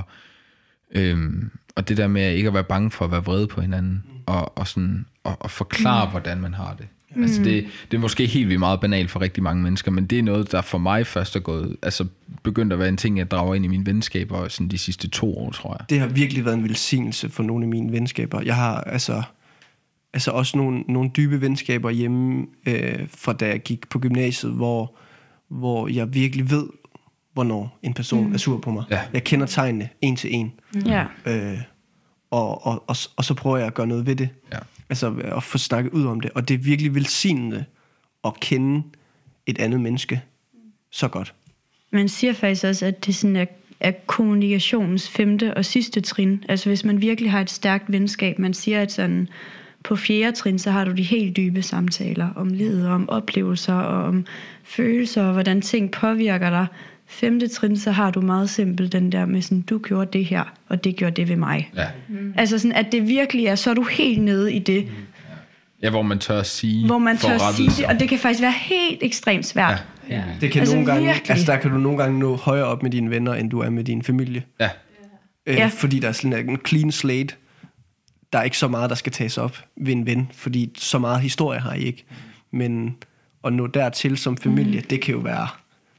øh, og det der med ikke at være bange for at være vred på hinanden, og, og, sådan, og, og forklare, mm. hvordan man har det. Mm. Altså det, det er måske helt vildt meget banalt for rigtig mange mennesker, men det er noget, der for mig først er gået, altså begyndt at være en ting, jeg drager ind i mine venskaber sådan de sidste to år, tror jeg. Det har virkelig været en velsignelse for nogle af mine venskaber. Jeg har altså, altså også nogle, nogle dybe venskaber hjemme, øh, fra da jeg gik på gymnasiet, hvor, hvor jeg virkelig ved, hvornår en person mm. er sur på mig. Ja. Jeg kender tegnene en til en. Ja. Øh, og, og, og, og så prøver jeg at gøre noget ved det. Ja. Altså at få snakket ud om det. Og det er virkelig velsignende at kende et andet menneske så godt. Man siger faktisk også, at det sådan er, er kommunikationens femte og sidste trin. Altså hvis man virkelig har et stærkt venskab. Man siger, at sådan på fjerde trin, så har du de helt dybe samtaler om livet, om oplevelser og om følelser, og hvordan ting påvirker dig. Femte trin, så har du meget simpelt den der med sådan, du gjorde det her, og det gjorde det ved mig. Ja. Mm. Altså sådan, at det virkelig er, så er du helt nede i det. Mm. Ja, hvor man tør at sige Hvor man tør at sige det, og det kan faktisk være helt ekstremt svært. Ja. Ja. Det kan altså, nogle gange, altså der kan du nogle gange nå højere op med dine venner, end du er med din familie. Ja. Øh, ja. Fordi der er sådan en clean slate. Der er ikke så meget, der skal tages op ved en ven, fordi så meget historie har I ikke. Men at nå dertil som familie, mm. det kan jo være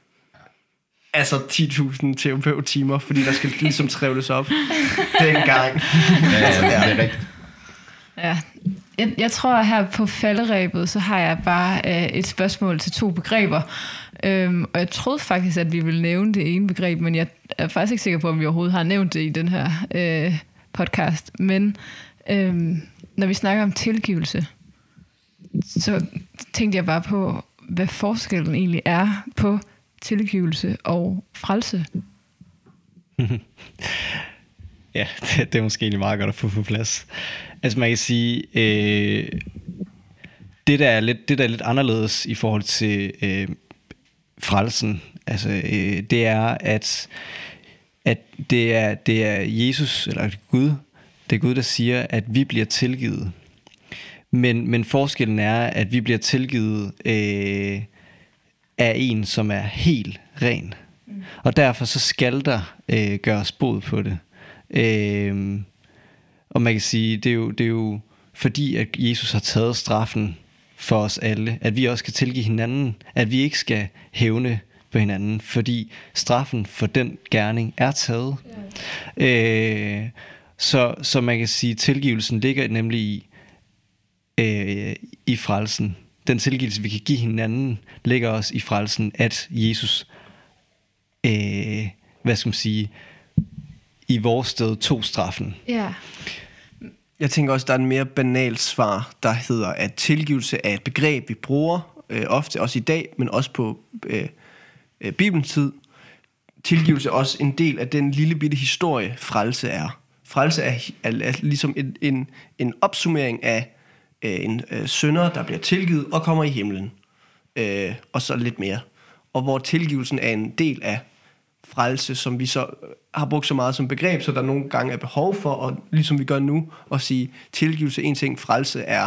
altså ti tusind terapeut-timer, fordi der skal ligesom trævles op den gang. Ja, ja, det er rigtigt. Ja. Jeg, jeg tror, at her på falderæbet, så har jeg bare øh, et spørgsmål til to begreber. Øhm, og jeg troede faktisk, at vi ville nævne det ene begreb, men jeg er faktisk ikke sikker på, om vi overhovedet har nævnt det i den her øh, podcast. Men øh, når vi snakker om tilgivelse, så tænkte jeg bare på, hvad forskellen egentlig er på tilgivelse og frelse. Ja, det, det er måske egentlig meget godt at få på plads. Altså man kan sige, øh, det, der er lidt, det der er lidt anderledes i forhold til øh, frelsen, altså øh, det er, at, at det, er, det er Jesus, eller Gud, det er Gud, der siger, at vi bliver tilgivet. Men, men forskellen er, at vi bliver tilgivet øh, af en, som er helt ren. Mm. Og derfor så skal der øh, gøres bod på det. Øh, og man kan sige, det er, jo, det er jo fordi, at Jesus har taget straffen for os alle, at vi også kan tilgive hinanden, at vi ikke skal hævne på hinanden, fordi straffen for den gerning er taget. Yeah. Øh, så, så man kan sige, tilgivelsen ligger nemlig i, øh, i frelsen. Den tilgivelse, vi kan give hinanden, ligger også i frelsen, at Jesus, øh, hvad skal man sige, i vores sted tog straffen. Ja. Jeg tænker også, der er en mere banalt svar, der hedder, at tilgivelse er et begreb, vi bruger øh, ofte, også i dag, men også på øh, øh, Bibelens tid. Tilgivelse er også en del af den lille bitte historie, frelse er. Frelse er, er, er ligesom en, en, en opsummering af øh, en øh, synder, der bliver tilgivet og kommer i himlen. Øh, og så lidt mere. Og hvor tilgivelsen er en del af frelse, som vi så har brugt så meget som begreb, så der nogle gange er behov for, og ligesom vi gør nu, at sige, tilgivelse er en ting, frelse er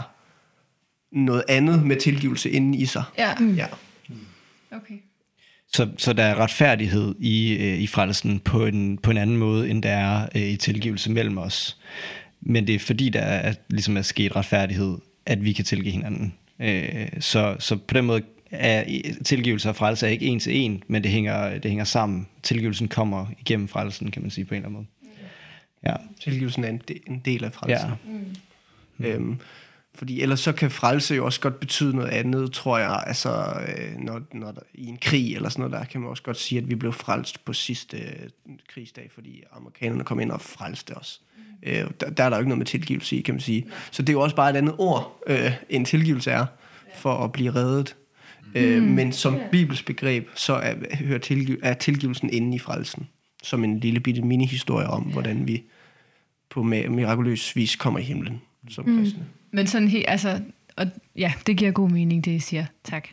noget andet med tilgivelse inden i sig. Ja. Ja. Okay. Så, så der er retfærdighed i, øh, i frelsen på en, på en anden måde, end der er øh, i tilgivelse mellem os. Men det er fordi, der er, ligesom er sket retfærdighed, at vi kan tilgive hinanden. Øh, så, så på den måde er tilgivelse og frelse er ikke en til en, men det hænger, det hænger sammen. Tilgivelsen kommer igennem frelsen, kan man sige på en eller anden måde. Ja. Tilgivelsen er en del, en del af frelsen. Ja. Mm. Øhm, fordi ellers så kan frelse jo også godt betyde noget andet, tror jeg. Altså, øh, når, når der, i en krig eller sådan noget, der kan man også godt sige, at vi blev frelst på sidste øh, krigsdag, fordi amerikanerne kom ind og frelste os. Mm. Øh, der, der er der jo ikke noget med tilgivelse i, kan man sige. Så det er jo også bare et andet ord, øh, end tilgivelse er, for at blive reddet. Mm. Øh, men som bibelsk begreb, så er, hører tilgiv, er tilgivelsen inde i frelsen. Som en lille bitte mini-historie om, hvordan vi på mirakuløs vis kommer i himlen som mm. kristne. Men sådan helt, altså, og ja, det giver god mening, det I siger. Tak.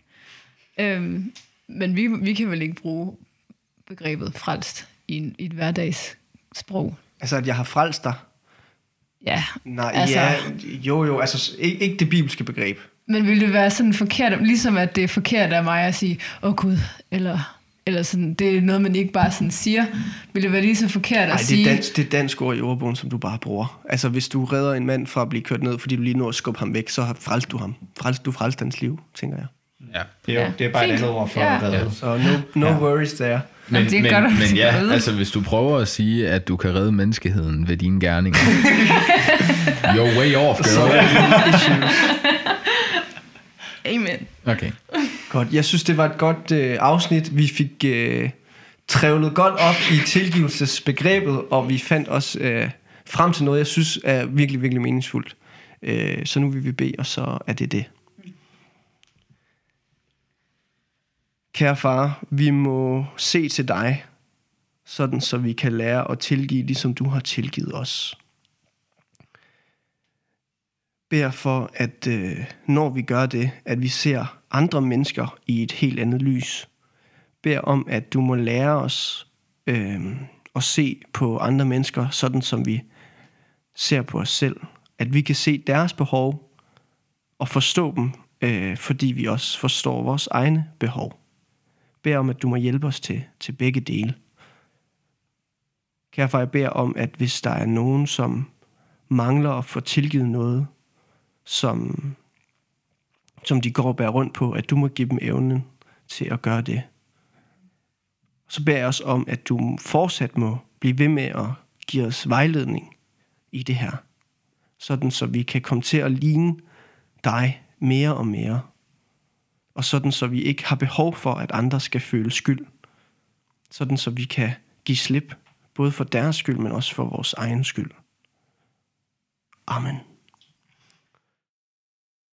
Øhm, men vi, vi kan vel ikke bruge begrebet frelst i, en, i et hverdagssprog? Altså, at jeg har frelst dig? Ja. Nej, altså, ja, jo, jo, altså ikke, ikke det bibelske begreb. Men vil det være sådan forkert, ligesom at det er forkert af mig at sige, åh Gud, eller... Eller sådan, det er noget, man ikke bare sådan siger. Vil det være lige så forkert at Ej, sige? det er dansk, det er dansk ord i ordbogen, som du bare bruger. Altså, hvis du redder en mand fra at blive kørt ned, fordi du lige når at skubbe ham væk, så frelst du ham. Frelst, du frelst hans liv, tænker jeg. Ja. Det er, jo, Ja. det er bare Fint. et andet ord for Ja. at redde. Ja. Så no, no Ja. worries there. Men, Jamen, det er men, godt at men ja, vide. altså hvis du prøver at sige, at du kan redde menneskeheden ved dine gerninger. You're way off, girl. Amen. Okay. Godt, jeg synes, det var et godt øh, afsnit. Vi fik øh, trævlet godt op i tilgivelsesbegrebet, og vi fandt også øh, frem til noget, jeg synes er virkelig, virkelig meningsfuldt. Øh, så nu vil vi bede, og så er det det. Kære far, vi må se til dig, sådan så vi kan lære at tilgive, ligesom du har tilgivet os. Beder for, at øh, når vi gør det, at vi ser andre mennesker i et helt andet lys. Beder om, at du må lære os øh, at se på andre mennesker, sådan som vi ser på os selv. At vi kan se deres behov og forstå dem, øh, fordi vi også forstår vores egne behov. Beder om, at du må hjælpe os til, til begge dele. Kære far, jeg beder om, at hvis der er nogen, som mangler at få tilgivet noget, som, som de går og bærer rundt på, at du må give dem evnen til at gøre det. Så beder jeg også om, at du fortsat må blive ved med at give os vejledning i det her, sådan så vi kan komme til at ligne dig mere og mere, og sådan så vi ikke har behov for, at andre skal føle skyld, sådan så vi kan give slip, både for deres skyld, men også for vores egen skyld. Amen.